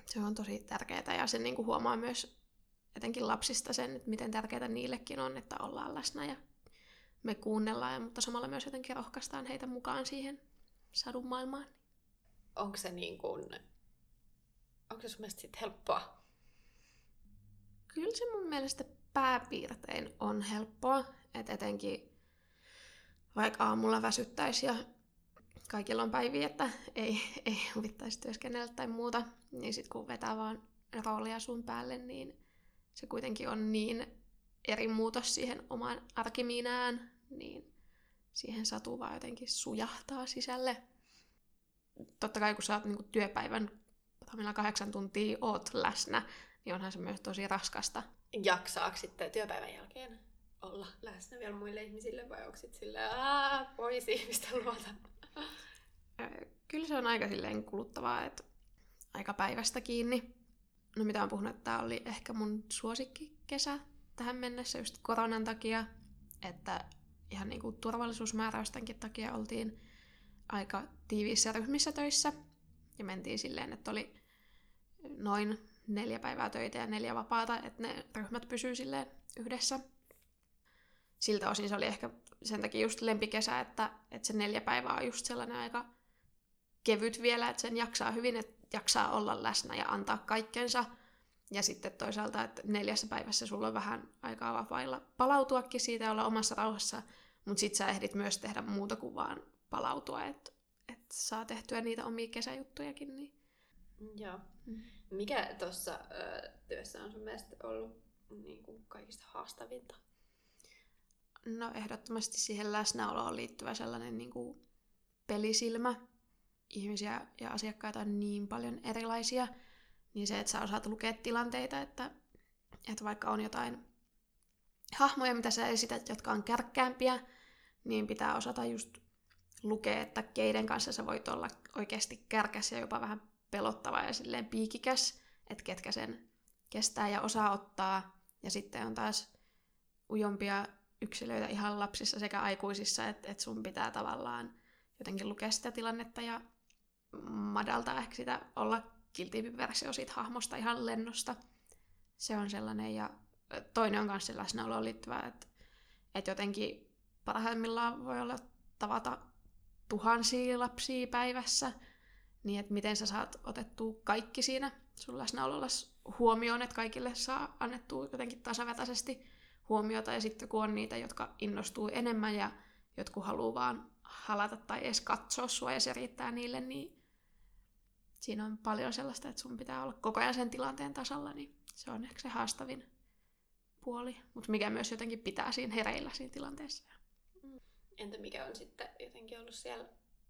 Se on tosi tärkeää ja sen niin kuin huomaa myös etenkin lapsista sen, että miten tärkeää niillekin on, että ollaan läsnä ja me kuunnellaan, mutta samalla myös jotenkin rohkaistaan heitä mukaan siihen sadun maailmaan. Onko se niin kuin, onko se sun mielestä sit helppoa? Kyllä se mun mielestä pääpiirtein on helppoa, että etenkin vaikka aamulla väsyttäisi ja kaikilla on päiviä, että ei, ei huvittaisi työskennellä tai muuta, niin sitten kun vetää vaan roolia sun päälle, niin se kuitenkin on niin eri muutos siihen omaan arkimiinään, niin siihen satuu vaan jotenkin sujahtaa sisälle. Totta kai kun sä oot niinku työpäivän kahdeksan tuntia oot läsnä, niin onhan se myös tosi raskasta. Jaksaako sitten työpäivän jälkeen olla läsnä vielä muille ihmisille vai onko sitten silleen, aah, pois ihmisten luota? Kyllä se on aika silleen kuluttavaa, että aika päivästä kiinni. No mitä mä puhun, että tää oli ehkä mun suosikkikesä tähän mennessä just koronan takia, että ihan niinku turvallisuusmääräystenkin takia oltiin aika tiiviissä ryhmissä töissä ja mentiin silleen, että oli noin neljä päivää töitä ja neljä vapaata, että ne ryhmät pysyy silleen yhdessä. Siltä osin se oli ehkä sen takia just lempikesä, että, että se neljä päivää on just sellainen aika kevyt vielä, että sen jaksaa hyvin, että jaksaa olla läsnä ja antaa kaikkensa. Ja sitten toisaalta, että neljässä päivässä sulla on vähän aikaa vapailla palautuakin siitä ja olla omassa rauhassa, mutta sit sä ehdit myös tehdä muuta kuin vaan palautua, että, että saa tehtyä niitä omia kesäjuttujakin. Niin. Joo. Mm. Mikä tuossa työssä on sun mielestä ollut niin kuin kaikista haastavinta? No ehdottomasti siihen läsnäoloon liittyvä sellainen niin kuin pelisilmä. Ihmisiä ja asiakkaita on niin paljon erilaisia, niin se, että sä osaat lukea tilanteita, että, että vaikka on jotain hahmoja, mitä sä esität, jotka on kärkkäämpiä, niin pitää osata just lukea, että keiden kanssa sä voit olla oikeasti kärkäs ja jopa vähän pelottava ja silleen piikikäs, että ketkä sen kestää ja osaa ottaa. Ja sitten on taas ujompia yksilöitä ihan lapsissa sekä aikuisissa, että, että sun pitää tavallaan jotenkin lukea sitä tilannetta ja madaltaa ehkä sitä olla kiltiimpi versio siitä hahmosta ihan lennosta. Se on sellainen. Ja toinen on myös se läsnäoloon liittyvä, että, että jotenkin parhaimmillaan voi olla tavata tuhansia lapsia päivässä, niin että miten sä saat otettua kaikki siinä sun läsnäolollasi huomioon, että kaikille saa annettua jotenkin tasavertaisesti huomiota, ja sitten kun on niitä, jotka innostuu enemmän ja jotkut haluaa vaan halata tai edes katsoa sua ja se riittää niille, niin siinä on paljon sellaista, että sun pitää olla koko ajan sen tilanteen tasalla, niin se on ehkä se haastavin puoli, mutta mikä myös jotenkin pitää siinä hereillä siinä tilanteessa. Entä mikä on sitten jotenkin ollut siellä,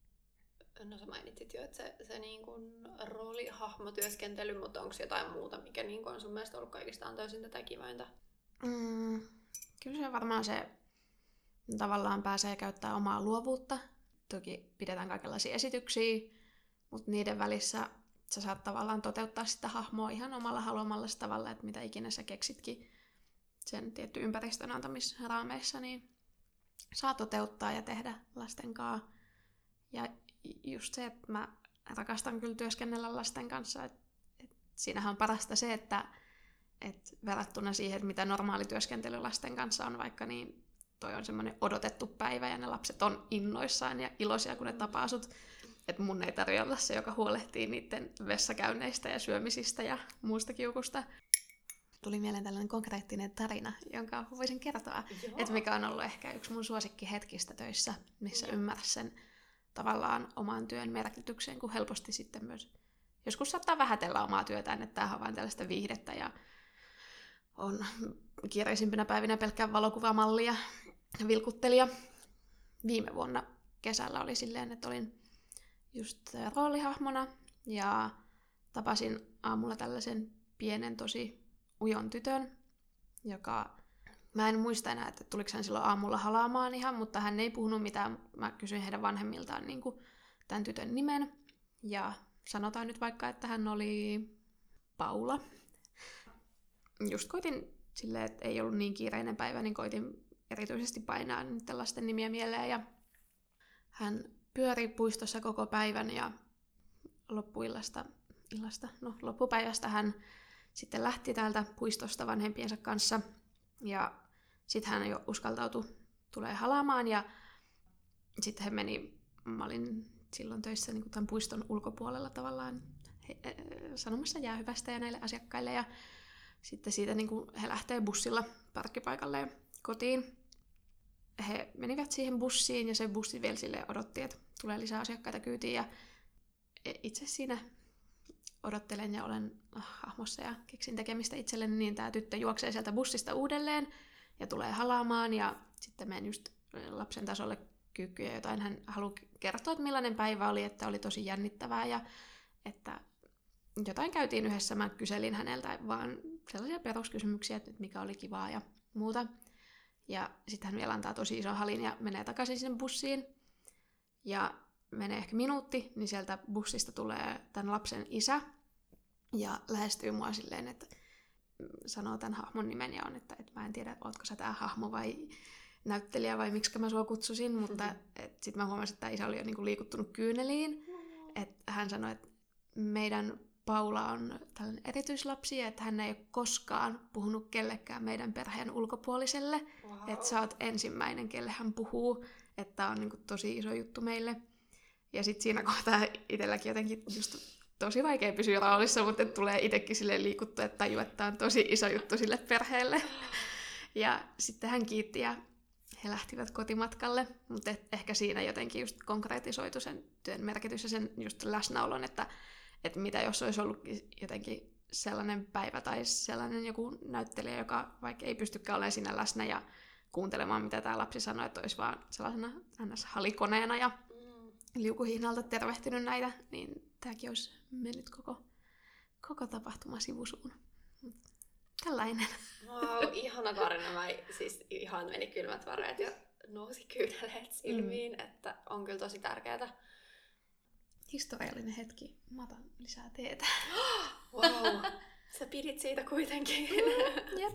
no sä mainitsit jo, että se, se niin kuin roolihahmotyöskentely, mutta onko jotain muuta, mikä niin kuin on sun mielestä ollut kaikista antoisinta tai kivainta? Mm, kyllä se varmaan se tavallaan pääsee käyttämään omaa luovuutta. Toki pidetään kaikenlaisia esityksiä, mutta niiden välissä sä saat tavallaan toteuttaa sitä hahmoa ihan omalla haluamallasi tavalla, että mitä ikinä sä keksitkin sen tietty ympäristön antamisraameissa, niin saa toteuttaa ja tehdä lasten kanssa. Ja just se, että mä rakastan kyllä työskennellä lasten kanssa, että et siinähän on parasta se, että et verrattuna siihen, että mitä normaali työskentely lasten kanssa on vaikka, niin toi on semmoinen odotettu päivä ja ne lapset on innoissaan ja iloisia, kun ne tapaa sut. Että mun ei tarvitse olla se, joka huolehtii niiden vessakäynneistä ja syömisistä ja muusta kiukusta. Tuli mieleen tällainen konkreettinen tarina, jonka voisin kertoa, että mikä on ollut ehkä yksi mun suosikkihetkistä töissä, missä ymmärrän sen tavallaan oman työn merkityksen, kun helposti sitten myös joskus saattaa vähätellä omaa työtään, että tämähän on vain tällaista viihdettä ja on kiireisimpinä päivinä pelkkää valokuvamalli ja vilkuttelija. Viime vuonna kesällä oli silleen, että olin just roolihahmona ja tapasin aamulla tällaisen pienen tosi ujon tytön, joka, mä en muista enää, että tuliko hän silloin aamulla halaamaan ihan, mutta hän ei puhunut mitään. Mä kysyin heidän vanhemmiltaan niin kuin tämän tytön nimen ja sanotaan nyt vaikka, että hän oli Paula. Just koitin silleen, että ei ollut niin kiireinen päivä, niin koitin erityisesti painaa niiden lasten nimiä mieleen ja hän pyöri puistossa koko päivän ja loppuillasta illasta, no loppupäivästä hän sitten lähti täältä puistosta vanhempiensa kanssa. Ja sitten hän jo uskaltautui tulee halaamaan ja sitten he meni, mä olin silloin töissä niin kuin tämän puiston ulkopuolella tavallaan he, äh, sanomassa jäähyvästä ja näille asiakkaille ja sitten siitä niin kuin he lähtee bussilla parkkipaikalle ja kotiin. He menivät siihen bussiin ja se bussi vielä silleen odotti, että tulee lisää asiakkaita kyytiin ja itse siinä odottelen ja olen hahmossa ja keksin tekemistä itselleni, niin tämä tyttö juoksee sieltä bussista uudelleen ja tulee halaamaan ja sitten menen just lapsen tasolle kyykkyjä jotain. Hän haluaa kertoa, että millainen päivä oli, että oli tosi jännittävää ja että jotain käytiin yhdessä. Mä kyselin häneltä vaan sellaisia peruskysymyksiä, että mikä oli kivaa ja muuta. Ja sitten hän vielä antaa tosi ison halin ja menee takaisin sinne bussiin. Ja menee ehkä minuutti, niin sieltä bussista tulee tämän lapsen isä ja lähestyy mua silleen, että sanoo tämän hahmon nimen ja on, että, että mä en tiedä, ootko sä tää hahmo vai näyttelijä vai miksi mä sua kutsusin, mutta mm-hmm. sitten mä huomasin, että tämä isä oli jo niinku liikuttunut kyyneliin. Mm-hmm. Että hän sanoi, että meidän Paula on tällainen erityislapsi ja että hän ei ole koskaan puhunut kellekään meidän perheen ulkopuoliselle. Wow. Että sä oot ensimmäinen, kelle hän puhuu, että tää on niinku tosi iso juttu meille. Ja sitten siinä kohtaa itselläkin jotenkin just tosi vaikea pysyä roolissa, mutta tulee itsekin silleen liikuttu, että tajuu, että tämä on tosi iso juttu sille perheelle. Ja sitten hän kiitti ja he lähtivät kotimatkalle, mutta ehkä siinä jotenkin just konkretisoitu sen työn merkitys ja sen just läsnäolon, että, että mitä jos olisi ollut jotenkin sellainen päivä tai sellainen joku näyttelijä, joka vaikka ei pystykään olemaan siinä läsnä ja kuuntelemaan, mitä tämä lapsi sanoi, että olisi vaan sellaisena ns. Halikoneena ja liukuhihnalta tervehtynyt näitä, niin tämäkin olisi mennyt koko, koko tapahtuma sivusuun. Tällainen. Wow, ihana tarina. Mä siis ihan meni kylmät väreet ja nousi kyyneleet silmiin, mm. että on kyllä tosi tärkeää. Historiallinen hetki. Mä otan lisää teetä. Wow, sä pidit siitä kuitenkin. Mm, jep.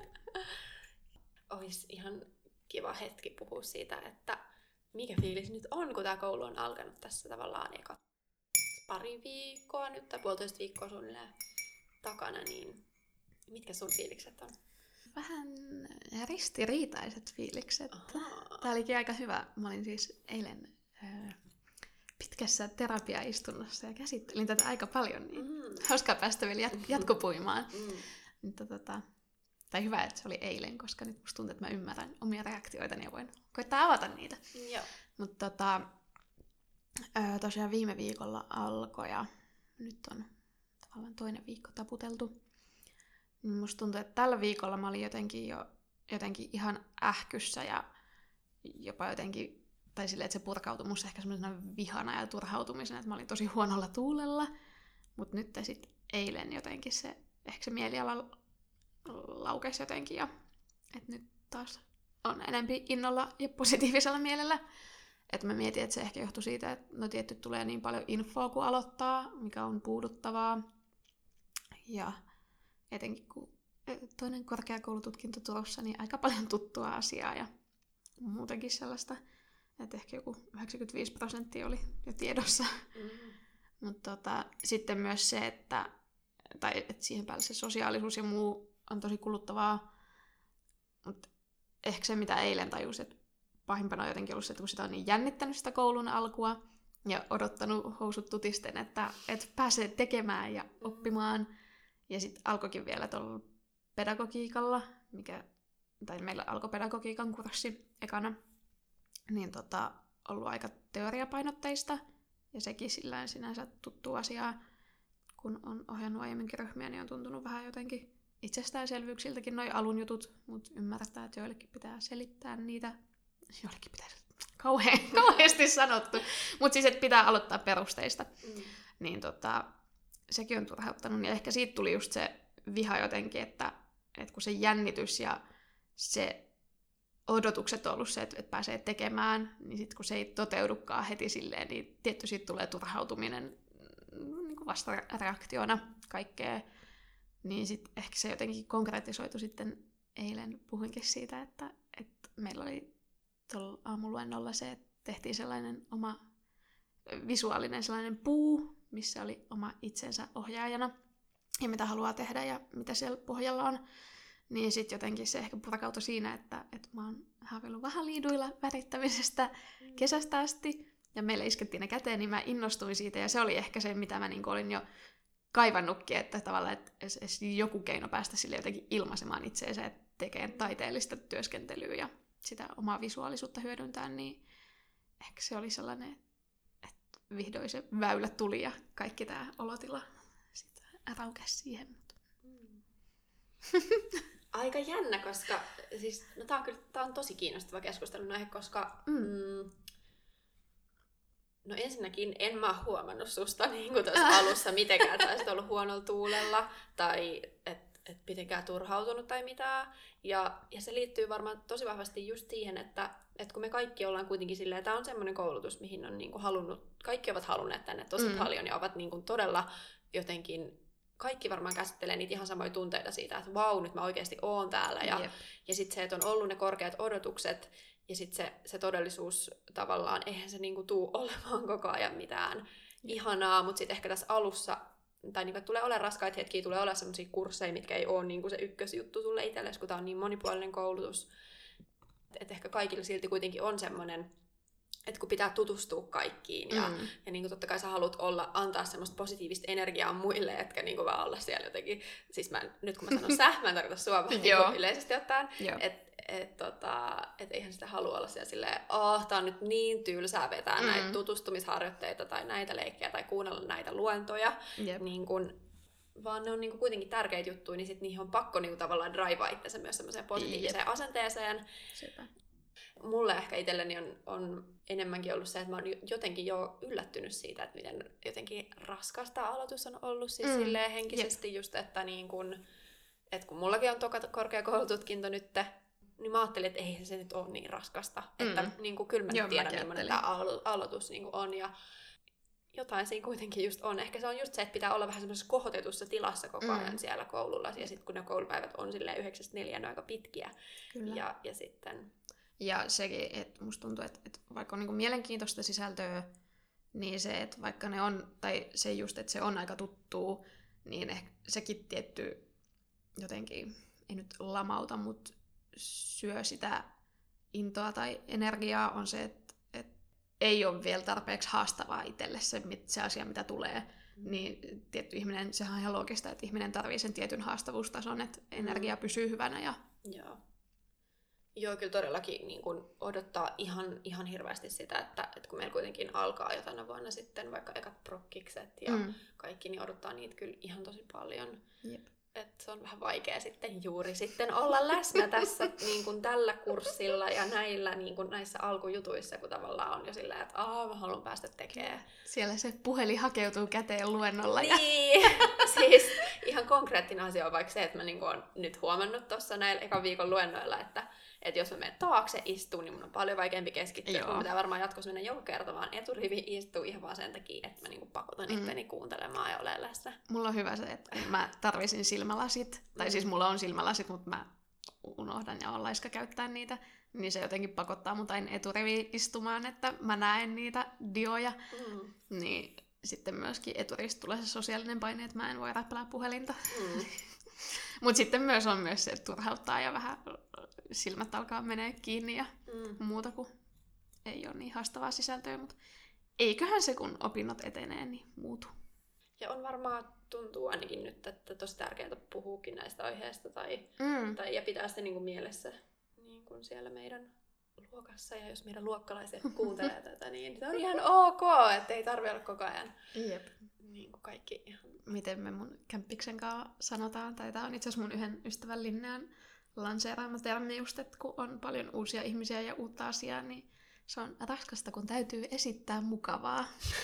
Olisi ihan kiva hetki puhua siitä, että mikä fiilis nyt on, kun tämä koulu on alkanut tässä tavallaan eka pari viikkoa nyt, tai puolitoista viikkoa suunnilleen takana, niin mitkä sun fiilikset on? Vähän ristiriitaiset fiilikset. Ahaa. Tämä olikin aika hyvä. Mä olin siis eilen äh, pitkässä terapiaistunnossa ja käsittelin tätä aika paljon, niin mm. hauskaa päästä vielä jat- jatkopuimaan. Mm. Mutta tota, tai hyvä, että se oli eilen, koska nyt musta tuntuu, että mä ymmärrän omia reaktioitani ja voin koittaa avata niitä. Joo. Mutta tota, tosiaan viime viikolla alkoi ja nyt on tavallaan toinen viikko taputeltu. Musta tuntuu, että tällä viikolla mä olin jotenkin jo jotenkin ihan ähkyssä ja jopa jotenkin, tai silleen, että se purkautui musta ehkä semmoisena vihana ja turhautumisena, että mä olin tosi huonolla tuulella. Mutta nyt sitten eilen jotenkin se, ehkä se mieliala laukesi jotenkin ja että nyt taas on enempi innolla ja positiivisella mielellä. Että mä mietin, että se ehkä johtui siitä, että no tietty tulee niin paljon infoa kun aloittaa, mikä on puuduttavaa. Ja etenkin kun toinen korkeakoulututkinto Turussa, niin aika paljon tuttua asiaa ja muutenkin sellaista, että ehkä joku yhdeksänkymmentäviisi prosenttia oli jo tiedossa. Mm-hmm. Mutta tota, sitten myös se, että, tai, että siihen päälle se sosiaalisuus ja muu on tosi kuluttavaa. Mutta ehkä se, mitä eilen tajusin, että pahimpana on jotenkin ollut se, että kun sitä on niin jännittänyt sitä koulun alkua ja odottanut housut tutisten, että, että pääsee tekemään ja oppimaan. Ja sitten alkoikin vielä tuolla pedagogiikalla, mikä, tai meillä alkoi pedagogiikan kurssi ekana, niin tota, ollut aika teoriapainotteista. Ja sekin sillä sinänsä tuttu asiaa, kun on ohjannut aiemminkin ryhmiä, niin on tuntunut vähän jotenkin itsestäänselvyyksiltäkin noi alun jutut, mutta ymmärtää, että joillekin pitää selittää niitä. Joillekin pitää kauhean, kauheasti sanottu, mutta siis, että pitää aloittaa perusteista. Mm. Niin tota, sekin on turhauttanut. Ja ehkä siitä tuli just se viha jotenkin, että, että kun se jännitys ja se odotukset on ollut se, että, että pääsee tekemään, niin sitten kun se ei toteudukaan heti silleen, niin tietty siitä tulee turhautuminen niin kuin vastareaktiona kaikkea. Niin sitten ehkä se jotenkin konkretisoitu sitten eilen puhuinkin siitä, että, että meillä oli tuolla aamuluennolla se, että tehtiin sellainen oma visuaalinen sellainen puu, missä oli oma itsensä ohjaajana ja mitä haluaa tehdä ja mitä siellä pohjalla on. Niin sitten jotenkin se ehkä purkautui siinä, että, että mä oon haaveillut vähän liiduilla värittämisestä mm. kesästä asti. Ja meille iskettiin ne käteen, niin mä innostuin siitä. Ja se oli ehkä se, mitä mä niin olin jo kaivannutkin, että tavallaan että joku keino päästä sille jotenkin ilmaisemaan itseensä ja tekemään taiteellista työskentelyä ja sitä omaa visuaalisuutta hyödyntää, niin ehkä se oli sellainen, että vihdoin se väylä tuli ja kaikki tämä olotila sitten raukesi siihen. Mm. Aika jännä, koska siis, no tää on kyllä tää on tosi kiinnostava keskustelun aihe, koska mm. Mm, no ensinnäkin en mä huomannut susta niin kuin tuossa äh. alussa mitenkään, että olisit ollut huonolla tuulella tai että et mitenkään turhautunut tai mitään. Ja, ja se liittyy varmaan tosi vahvasti just siihen, että et kun me kaikki ollaan kuitenkin silleen, tämä on semmoinen koulutus, mihin on niin kuin halunnut, kaikki ovat halunneet tänne tosi mm. paljon ja ovat niin kuin todella jotenkin, kaikki varmaan käsittelee niitä ihan samoja tunteita siitä, että vau, nyt mä oikeasti oon täällä. Ja, yep. ja sitten se, että on ollut ne korkeat odotukset, ja sitten se, se todellisuus tavallaan, eihän se niinku tuu olemaan koko ajan mitään mm. ihanaa, mutta sitten ehkä tässä alussa, tai niinku, tulee olemaan raskaita hetkiä, tulee olemaan sellaisia kursseja, mitkä ei ole niinku se ykkösjuttu sulle itsellesi, kun tämä on niin monipuolinen koulutus. Että ehkä kaikilla silti kuitenkin on semmoinen, että kun pitää tutustua kaikkiin, ja, mm. ja niinku totta kai sä haluat olla, antaa semmoista positiivista energiaa muille, etkä niinku vaan olla siellä jotenkin, siis mä, nyt kun mä sanon sä, mä en tarkoita sua, vaan niinku yleisesti ottaen, että et, tota, et eihän sitä halua olla siellä silleen, oh, tää on nyt niin tylsää vetää mm. näitä tutustumisharjoitteita tai näitä leikkejä tai kuunnella näitä luentoja, yep. niin kun, vaan ne on niinku kuitenkin tärkeitä juttuja, niin sit niihin on pakko niinku tavallaan draivaa itsensä myös semmoiseen positiiviseen yep. asenteeseen. Sepä. Mulle ehkä itselleni on, on enemmänkin ollut se, että mä oon jotenkin jo yllättynyt siitä, että miten jotenkin raskasta aloitus on ollut siis mm. silleen henkisesti yep. just, että niin kun, että kun mullakin on toka korkeakoulututkinto nyt, niin mä ajattelin, että ei se nyt ole niin raskasta. Mm. Että niin kuin, kyllä mä Joo, tiedän, millainen tämä alo- aloitus niin on. Ja jotain siinä kuitenkin just on. Ehkä se on just se, että pitää olla vähän semmoisessa kohotetussa tilassa koko ajan mm. siellä koululla. Ja sitten kun ne koulupäivät on silleen yhdeksästä neljään, ne on aika pitkiä. Ja, ja sitten... Ja sekin, että musta tuntuu, että, että vaikka on niin kuin mielenkiintoista sisältöä, niin se, että vaikka ne on, tai se just, että se on aika tuttuu, niin ehkä sekin tietty jotenkin, ei nyt lamauta, mutta syö sitä intoa tai energiaa on se, että, että ei ole vielä tarpeeksi haastavaa itselle se, se asia, mitä tulee. Mm. Niin tietty ihminen, sehän on ihan loogista, että ihminen tarvitsee sen tietyn haastavuustason, että energia mm. pysyy hyvänä. Ja... Joo. Joo, kyllä todellakin niin kun odottaa ihan, ihan hirveästi sitä, että, että kun meillä kuitenkin alkaa jo tänä vuonna sitten vaikka ekat prokkikset ja mm. kaikki, niin odottaa niitä kyllä ihan tosi paljon. Jep. Että se on vähän vaikea sitten juuri sitten olla läsnä tässä niin kuin tällä kurssilla ja näillä niin kuin näissä alkujutuissa, kun tavallaan on jo sillä, että aah, mä haluan päästä tekemään. Siellä se puhelin hakeutuu käteen luennolla. Niin, ja... siis ihan konkreettinen asia on vaikka se, että mä niin kuin olen nyt huomannut tuossa näillä ekan viikon luennoilla, että että jos mä menen taakse istuun, niin mun on paljon vaikeampi keskittyä. Mun pitää varmaan jatkossa mennä joka kerta vaan eturivi istuu ihan vaan sen takia, että mä niinku pakotan mm. itteni kuuntelemaan ja olen läsnä. Mulla on hyvä se, että mä tarvisin silmälasit. Mm. Tai siis mulla on silmälasit, mutta mä unohdan ja on laiska käyttää niitä. Niin se jotenkin pakottaa mut aina eturivi istumaan, että mä näen niitä dioja. Mm. Niin sitten myöskin eturista tulee se sosiaalinen paine, että mä en voi räppälää puhelinta. Mm. Mutta sitten myös on myös se, että turhauttaa ja vähän silmät alkaa menee kiinni ja mm. muuta, kuin ei ole niin haastavaa sisältöä, mutta eiköhän se, kun opinnot etenee, niin muutu. Ja on varmaan, tuntuu ainakin nyt, että tosi tärkeää puhuukin näistä aiheista tai, mm. tai, ja pitää sitä niin kuin mielessä niin kuin siellä meidän luokassa, ja jos meidän luokkalaiset kuuntelee tätä, niin se on ihan ok, että ei tarvitse olla koko ajan Jep. niin kuin kaikki ihan... Miten me mun kämppiksen kanssa sanotaan, tai tää on itse asiassa mun yhden ystävän Linnean lanseeraama termi just, että kun on paljon uusia ihmisiä ja uutta asiaa, niin se on raskasta, kun täytyy esittää mukavaa.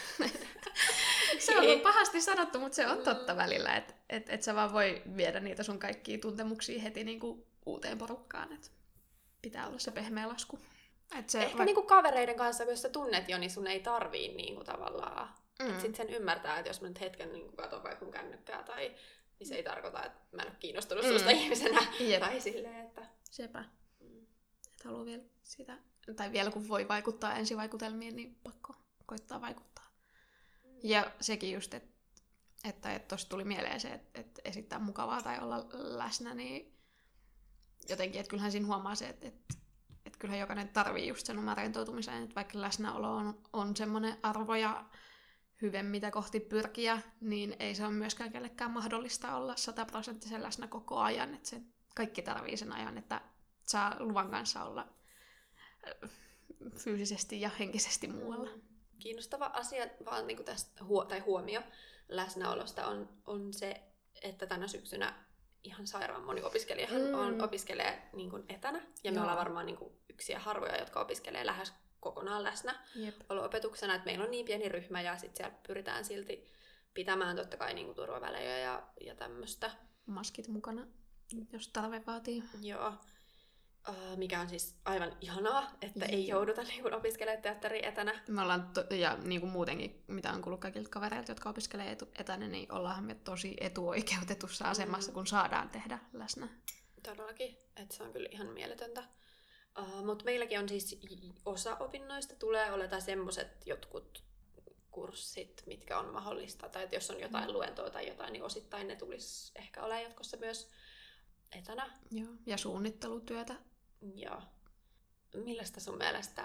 Se on pahasti sanottu, mutta se on totta välillä, että et, et sä vaan voi viedä niitä sun kaikkia tuntemuksia heti niinku uuteen porukkaan, että pitää olla se pehmeä lasku. Et se Ehkä va- niinku kavereiden kanssa, jos sä tunnet jo, niin sun ei tarvii niinku tavallaan. Mm. Että sit sen ymmärtää, että jos mä nyt hetken niinku katon vaikka mun kännykkää tai niin se ei tarkoita, että mä en ole kiinnostunut mm. susta ihmisenä. Jep. Tai silleen, että... Sepä. Mm. Et halua vielä sitä, tai vielä kun voi vaikuttaa ensivaikutelmiin, niin pakko koittaa vaikuttaa. Mm. Ja sekin just, et, että tuossa tuli mieleen se, että et esittää mukavaa tai olla läsnä, niin jotenkin, että kyllähän siinä huomaa se, että et, et kyllähän jokainen tarvii just sen oman rentoutumisen, että vaikka läsnäolo on, on semmoinen arvo ja hyve, mitä kohti pyrkiä, niin ei se ole myöskään kellekään mahdollista olla sataprosenttisen läsnä koko ajan, että se kaikki tarvii sen ajan, että saa luvan kanssa olla fyysisesti ja henkisesti muualla. Kiinnostava asia vaan niin kuin tästä huo- tai huomio läsnäolosta on, on se, että tänä syksynä ihan sairaan moni opiskelijahan mm. on, opiskelee niin kuin etänä. Ja Joo. me ollaan varmaan niin kuin yksiä harvoja, jotka opiskelee lähes kokonaan läsnä olo-opetuksena. Että meillä on niin pieni ryhmä ja sitten siellä pyritään silti pitämään totta kai niin kuin turvavälejä ja, ja tämmöistä. Maskit mukana, jos tarve vaatii. Joo. Uh, mikä on siis aivan ihanaa, että ei jouduta niin kuin opiskelemaan teatteri etänä. Me ollaan, to- ja niin kuin muutenkin, mitä on kuullut kaikilta kavereilta, jotka opiskelee etu- etänä, niin ollaan me tosi etuoikeutetussa asemassa, mm. kun saadaan tehdä läsnä. Todellakin, että se on kyllä ihan mieletöntä. Uh, Mutta meilläkin on siis osa opinnoista tulee olemaan semmoiset jotkut kurssit, mitkä on mahdollista, tai että jos on jotain mm. luentoa tai jotain, niin osittain ne tulisi ehkä olemaan jatkossa myös etänä. Joo, ja suunnittelutyötä. Joo. Millaista sun mielestä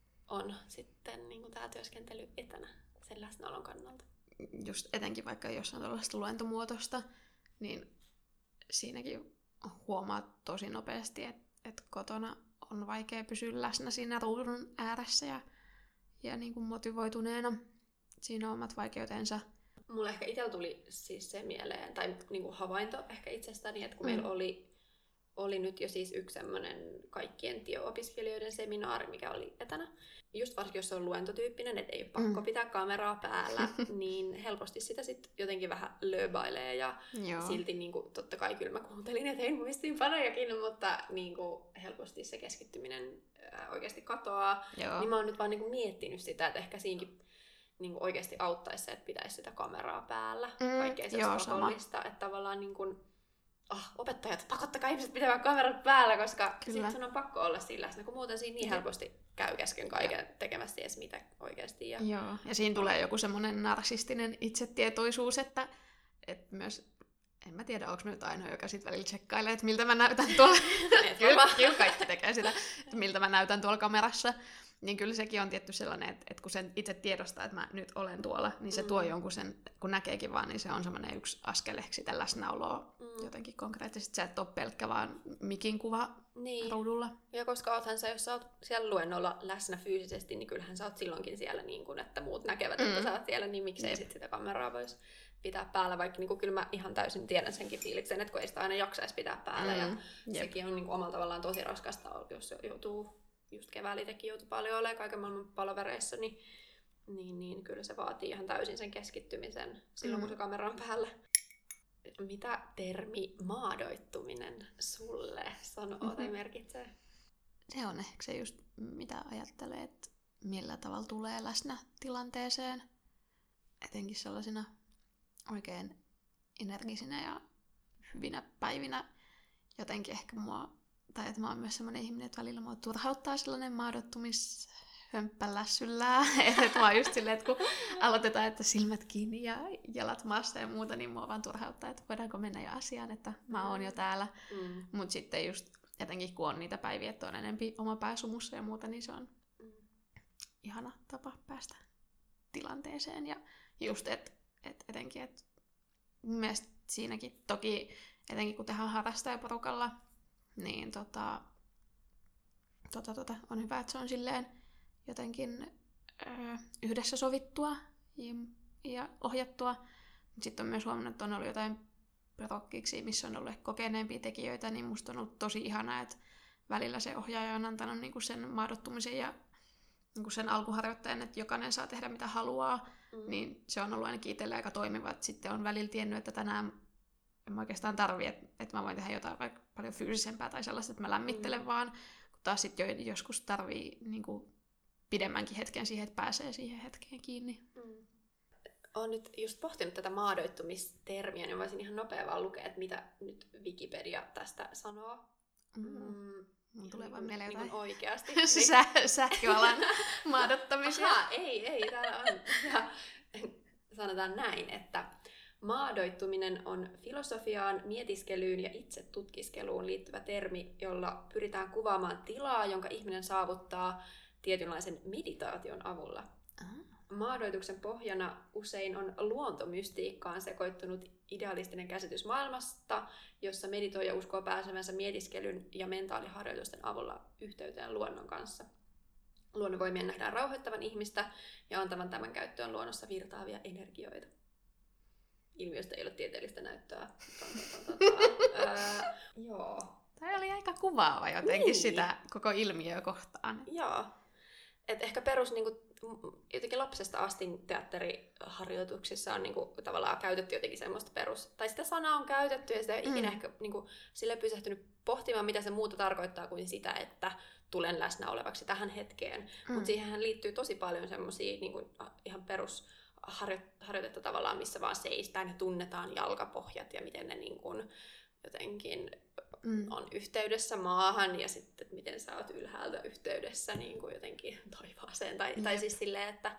on sitten niin tämä työskentely etänä sen läsnäolon kannalta? Just etenkin vaikka jos on tällaista luentomuotoista, niin siinäkin huomaa tosi nopeasti, että, että kotona on vaikea pysyä läsnä siinä ruudun ääressä ja, ja niin kuin motivoituneena. Siinä on omat vaikeutensa. Mulla ehkä itsellä tuli siis se mieleen, tai niin kuin havainto ehkä itsestäni, että kun mm. meillä oli, oli nyt jo siis yksi semmoinen kaikkien tio-opiskelijoiden seminaari, mikä oli etänä. Just varsinkin, jos se on luentotyyppinen, että ei ole pakko mm. pitää kameraa päällä, niin helposti sitä sitten jotenkin vähän lööbailee. Ja Joo. silti niin kuin, totta kai kyllä mä kuuntelin ja tein muistiinpanojakin, mutta niin kuin, helposti se keskittyminen ää, oikeasti katoaa. Joo. Niin mä oon nyt vaan niin kuin miettinyt sitä, että ehkä siinkin niin kuin oikeasti auttaisi se, että pitäisi sitä kameraa päällä. Mm, Vaikka ei se olisi pakollista. Että tavallaan niin kuin, oh, opettajat, pakottakaa ihmiset pitämään kamerat päällä, koska sitten sun on pakko olla siinä läsnä, kun muuten siinä niin helposti käy kesken kaiken ja. tekemästi edes mitä oikeasti. Ja... Joo, ja siinä tulee joku semmoinen narsistinen itsetietoisuus, että, että myös, en mä tiedä, onko mä nyt ainoa, joka sitten välillä tsekkailee, että miltä mä näytän tuolla. kyllä, kyllä kaikki tekee sitä, että miltä mä näytän tuolla kamerassa. Niin kyllä sekin on tietty sellainen, että, että kun sen itse tiedostaa, että mä nyt olen tuolla, niin se mm. tuo jonkun sen, kun näkeekin vaan, niin se on semmoinen yksi askel ehkä sitä läsnäoloa mm. jotenkin konkreettisesti. Sä et ole pelkkä vaan mikin kuva niin. ruudulla. Ja koska oothan sä, jos sä oot siellä luennolla läsnä fyysisesti, niin kyllähän sä oot silloinkin siellä niin kuin, että muut näkevät, mm. että sä oot siellä, niin miksei mm. sit sitä kameraa voisi pitää päällä, vaikka niin kuin, kyllä mä ihan täysin tiedän senkin fiiliksen, että kun ei sitä aina jaksaisi pitää päällä. Mm. Ja Jep. sekin on niin kuin, omalla tavallaan tosi raskasta, jos joutuu just keväällä itsekin joutui paljon olemaan kaiken maailman palovereissa, niin, niin, niin kyllä se vaatii ihan täysin sen keskittymisen silloin, mm. kun se kamera on päällä. Mitä termi maadoittuminen sulle sanoo mm-hmm. tai merkitsee? Se on ehkä se just, mitä ajattelee, että millä tavalla tulee läsnä tilanteeseen. Etenkin sellaisina oikein energisinä ja hyvinä päivinä. Jotenkin ehkä mua tai että mä oon myös semmoinen ihminen, että välillä mua turhauttaa sellainen maadottumishömppälässyllää. Että mä oon just silleen, että kun aloitetaan, että silmät kiinni ja jalat maassa ja muuta, niin mua vaan turhauttaa, että voidaanko mennä jo asiaan, että mä oon jo täällä. Mm. Mut sitten just etenkin kun on niitä päiviä, että on enempi oma pää sumussa ja muuta, niin se on mm. ihana tapa päästä tilanteeseen. Ja just, että et etenkin, että mun mielestä siinäkin toki, etenkin kun tehdään harrastajaporukalla, niin tota, tota, tota, on hyvä, että se on silleen jotenkin ö, yhdessä sovittua ja, ja ohjattua. Sitten on myös huomannut, että on ollut jotain prokkiksi, missä on ollut kokeneempia tekijöitä, niin musta on ollut tosi ihanaa, että välillä se ohjaaja on antanut niinku sen maadottumisen ja niinku sen alkuharjoittajan, että jokainen saa tehdä mitä haluaa, mm. niin se on ollut ainakin itselle aika toimiva. Että sitten on välillä tiennyt, että tänään en mä oikeastaan tarvii, että, että mä voin tehdä jotain vaikka paljon fyysisempää tai sellaista, että mä lämmittelen mm. vaan, kun taas sitten joskus tarvii niin kuin pidemmänkin hetken siihen, että pääsee siihen hetkeen kiinni. Mm. Olen nyt just pohtinut tätä maadoittumistermiä, niin voisin ihan nopea vaan lukea, että mitä nyt Wikipedia tästä sanoo. Mm. Mm. Mun tulee vaan mieleen jotain. Niin oikeasti. Sä, sähköalan maadottamiseen. Ahaa, ei, ei, täällä on. Ja, sanotaan näin, että maadoittuminen on filosofiaan, mietiskelyyn ja itse tutkiskeluun liittyvä termi, jolla pyritään kuvaamaan tilaa, jonka ihminen saavuttaa tietynlaisen meditaation avulla. Maadoituksen pohjana usein on luontomystiikkaan sekoittunut idealistinen käsitys maailmasta, jossa meditoija uskoo pääsevänsä mietiskelyn ja mentaaliharjoitusten avulla yhteyteen luonnon kanssa. Luonnonvoimien nähdään rauhoittavan ihmistä ja antavan tämän käyttöön luonnossa virtaavia energioita. Ilmiöstä ei ole tieteellistä näyttöä. Ää, joo. Tämä oli aika kuvaava jotenkin niin. Sitä koko ilmiöä kohtaan. Joo. Et ehkä perus niin kuin, jotenkin lapsesta asti teatteriharjoituksissa on niin kuin, tavallaan käytetty jotenkin semmoista perus... Tai sitä sanaa on käytetty ja sitä ei mm. ikinä ehkä niin kuin, sille pysähtynyt pohtimaan, mitä se muuta tarkoittaa kuin sitä, että tulen läsnä olevaksi tähän hetkeen. Mm. Mutta siihen liittyy tosi paljon semmoisia niin kuin, ihan perus... harjoitetta tavallaan, missä vaan seistään ja tunnetaan jalkapohjat ja miten ne niin kuin jotenkin mm. on yhteydessä maahan ja sitten, että miten sä oot ylhäältä yhteydessä niin kuin jotenkin taivaaseen. Tai, tai siis silleen, että...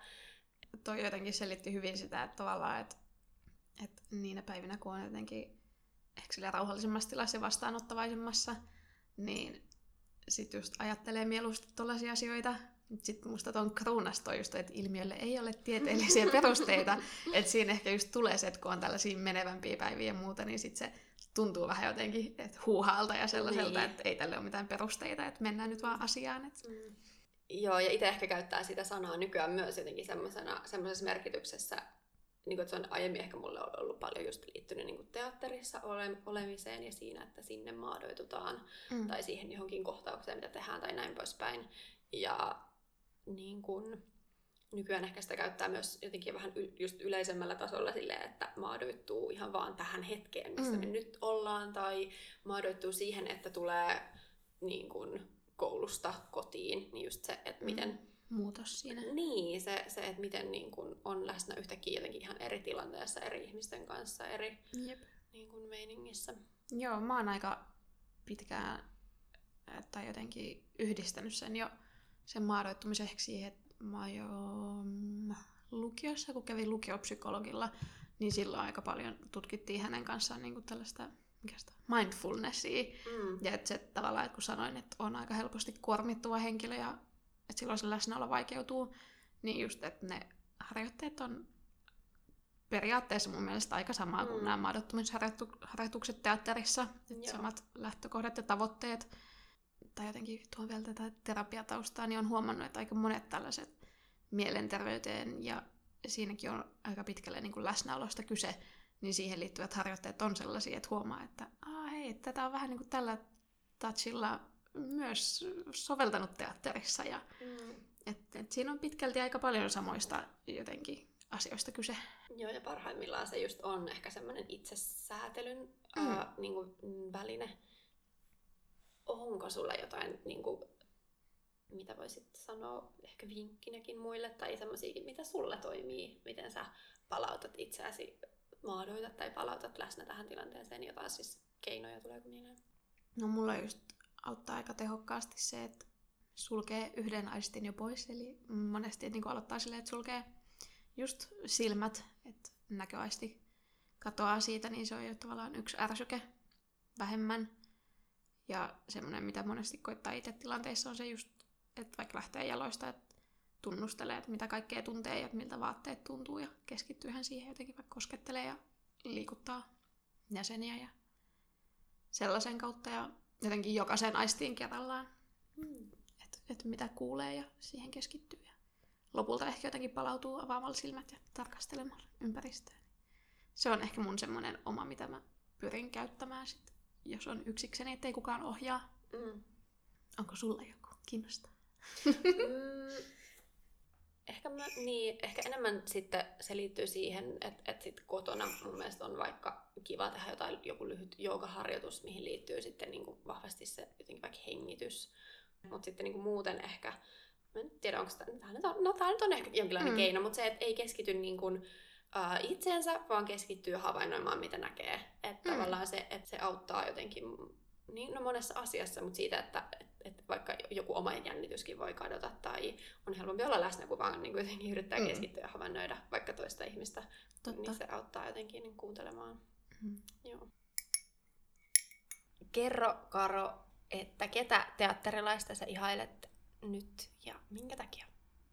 Toi jotenkin selitti hyvin sitä, että tavallaan, että, että niinä päivinä, kun on jotenkin ehkä sillä rauhallisemmassa tilassa ja vastaanottavaisemmassa, niin sit just ajattelee mieluusti tollaisia asioita. Sitten musta tuon kruunasta on just, että ilmiölle ei ole tieteellisiä perusteita. Että siinä ehkä just tulee se, että kun on tällaisia menevämpiä päiviä ja muuta, niin sit se tuntuu vähän jotenkin että huuhaalta ja sellaiselta, niin. Että ei tälle ole mitään perusteita, että mennään nyt vaan asiaan. Että... Mm. Joo, ja itse ehkä käyttää sitä sanaa nykyään myös jotenkin semmoisessa merkityksessä, niin kuin, että se on aiemmin ehkä mulle ollut paljon just liittynyt niin kuin teatterissa ole, olemiseen ja siinä, että sinne maadoitutaan mm. tai siihen johonkin kohtaukseen, mitä tehdään tai näin poispäin. Ja niin kun, nykyään ehkä sitä käyttää myös jotenkin vähän y- just yleisemmällä tasolla silleen, että maadoittuu ihan vaan tähän hetkeen, missä mm. me nyt ollaan, tai maadoittuu siihen, että tulee niin kun, koulusta kotiin, niin just se, että miten... Mm. Muutos siinä. Niin, se, se että miten niin kun, on läsnä yhtäkkiä jotenkin ihan eri tilanteessa, eri ihmisten kanssa, eri Jep. niin kun, meiningissä. Joo, mä oon aika pitkään tai jotenkin yhdistänyt sen jo sen maadoittumiseksi siihen, että mä jo lukiossa, kun kävin lukiopsykologilla, niin silloin aika paljon tutkittiin hänen kanssaan niin kuin tällaista mindfulnessia. Mm. Ja että se tavallaan, että kun sanoin, että on aika helposti kuormittuva henkilö ja että silloin se läsnäolo vaikeutuu, niin just, että ne harjoitteet on periaatteessa mun mielestä aika samaa mm. kuin nämä maadoittumisharjoitukset teatterissa. Että samat lähtökohdat ja tavoitteet. Tai jotenkin tuon vielä tätä terapiataustaa, niin on huomannut, että aika monet tällaiset mielenterveyteen ja siinäkin on aika pitkälle niin kuin läsnäolosta kyse, niin siihen liittyvät harjoitteet on sellaisia, että huomaa, että Aa, hei, tätä on vähän niin kuin tällä touchilla myös soveltanut teatterissa. Ja, mm. et, et siinä on pitkälti aika paljon samoista jotenkin asioista kyse. Joo, ja parhaimmillaan se just on ehkä semmoinen itsesäätelyn mm. ää, niin kuin väline. Onko sulla jotain, niin kuin, mitä voisit sanoa, ehkä vinkkinäkin muille, tai semmoisiakin, mitä sulle toimii, miten sä palautat itseäsi, maadoitat tai palautat läsnä tähän tilanteeseen, jotain siis keinoja tuleeko mieleen? No mulla just auttaa aika tehokkaasti se, että sulkee yhden aistin jo pois, eli monesti niin aloittaa silleen, että sulkee just silmät, että näköaisti katoaa siitä, niin se on jo tavallaan yksi ärsyke vähemmän. Ja semmoinen, mitä monesti koittaa itse tilanteissa, on se just, että vaikka lähtee jaloista, että tunnustelee, että mitä kaikkea tuntee ja miltä vaatteet tuntuu ja keskittyyhän siihen jotenkin, vaikka koskettelee ja liikuttaa jäseniä ja sellaisen kautta ja jotenkin jokaisen aistiin kerrallaan, mm. että et mitä kuulee ja siihen keskittyy. Ja lopulta ehkä jotenkin palautuu avaamalla silmät ja tarkastelemalla ympäristöä. Se on ehkä mun semmoinen oma, mitä mä pyrin käyttämään sitten. Jos on yksikseni, ettei kukaan ohjaa. Mm. Onko sulla joku? Kiinnostaa. mm, ehkä, mä, niin, ehkä enemmän sitten se liittyy siihen, että, että sit kotona mun mielestä on vaikka kiva tehdä jotain, joku lyhyt joogaharjoitus, mihin liittyy sitten niin kuin vahvasti se jotenkin vaikka hengitys. Mutta sitten niin kuin muuten ehkä, mä en tiedä onko tämä nyt on, no tämä nyt on ehkä jonkinlainen mm. keino, mutta se, että ei keskity niin kuin Uh, itseensä, vaan keskittyy havainnoimaan, mitä näkee. Että mm. tavallaan se, että se auttaa jotenkin niin, no monessa asiassa, mutta siitä, että et, et vaikka joku oma jännityskin voi kadota tai on helpompi olla läsnä, kun vaan niin jotenkin yrittää mm. keskittyä ja havainnoida vaikka toista ihmistä, Totta. niin se auttaa jotenkin niin kuuntelemaan. Mm. Joo. Kerro, Karo, että ketä teatterilaista sä ihailet nyt ja minkä takia?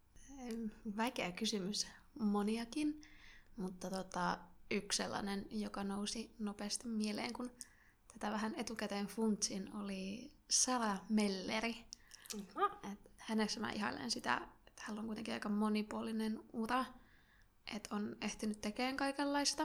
Vaikea kysymys. Moniakin, mutta tota, yksi sellainen, joka nousi nopeasti mieleen, kun tätä vähän etukäteen funtsin, oli Sara Melleri. Uh-huh. Et hänessä mä ihailen sitä, että hän on kuitenkin aika monipuolinen ura, että on ehtinyt tekemään kaikenlaista.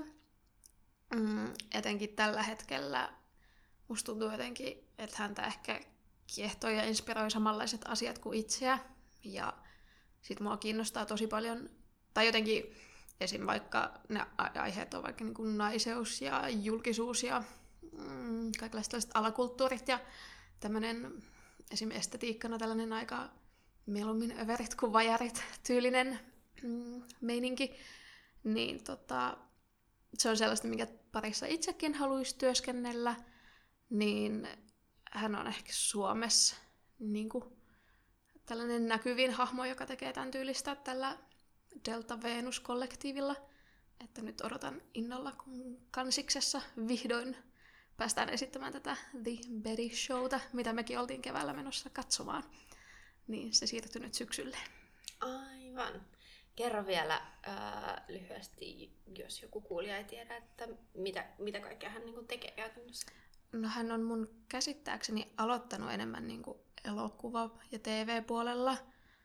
Mm, etenkin tällä hetkellä musta tuntuu jotenkin, että häntä ehkä kiehtoo ja inspiroi samanlaiset asiat kuin itseä. Ja sit mua kiinnostaa tosi paljon, tai jotenkin esim. Vaikka ne aiheet on vaikka niin kuin naiseus ja julkisuus ja mm, kaikenlaiset tällaiset alakulttuurit ja tämmönen esim. Estetiikkana tällainen aika mieluummin överit kuin vajarit tyylinen mm, meininki. Niin tota, se on sellaista, minkä parissa itsekin haluaisi työskennellä. Niin hän on ehkä Suomessa niin kuin tällainen näkyvin hahmo, joka tekee tämän tyylistä tällä Delta Venus-kollektiivilla. Että nyt odotan innolla, kun Kansiksessa vihdoin päästään esittämään tätä The Betty Showta, mitä mekin oltiin keväällä menossa katsomaan. Niin se siirtyi nyt syksylle. Aivan. Kerro vielä äh, lyhyesti, jos joku kuulija ei tiedä, että mitä, mitä kaikkea hän niin kuin tekee käytännössä. No hän on mun käsittääkseni aloittanut enemmän niin kuin elokuva- ja T V-puolella.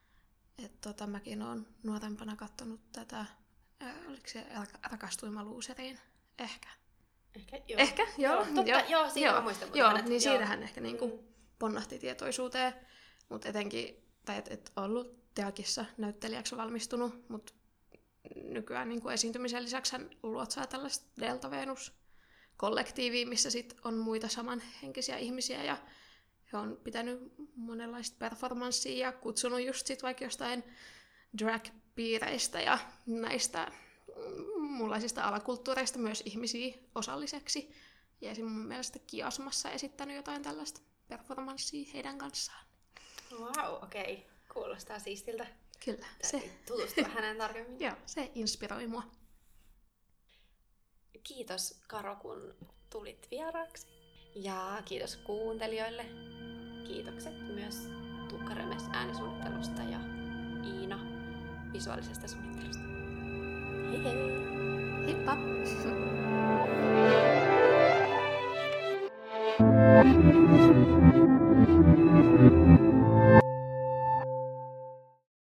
Et tota, mäkin oon nuorempana katsonut tätä, äh, oliko se Rakastuin mä luuseriin? Ehkä. Ehkä, joo. Ehkä, joo. Joo, totta, joo, joo siitä joo, muistan. Joo, hänet, niin siitä hän ehkä niinku mm. ponnahti tietoisuuteen. Mutta etenkin, tai et, et ollut teakissa näyttelijäksi valmistunut, mutta nykyään niinku esiintymisen lisäksi hän luotsaa tällaista Delta Venus-kollektiivia, missä sit on muita samanhenkisiä ihmisiä ja he on pitänyt monenlaista performanssia ja kutsunut just sit vaikka jostain drag-piireistä ja näistä muunlaisista alakulttuureista myös ihmisiä osalliseksi. Ja esim. Mun mielestä Kiasmassa esittänyt jotain tällaista performanssia heidän kanssaan. Wow, okei. Okay. Kuulostaa siistiltä. Kyllä. Se tutustua hänen tarkemmin. Joo, se inspiroi mua. Kiitos Karo, kun tulit vieraaksi. Ja kiitos kuuntelijoille. Kiitokset myös Tuukka Römes äänisuunnittelusta ja Iina visuaalisesta suunnittelusta. Hei hei! Heippa! Thank you.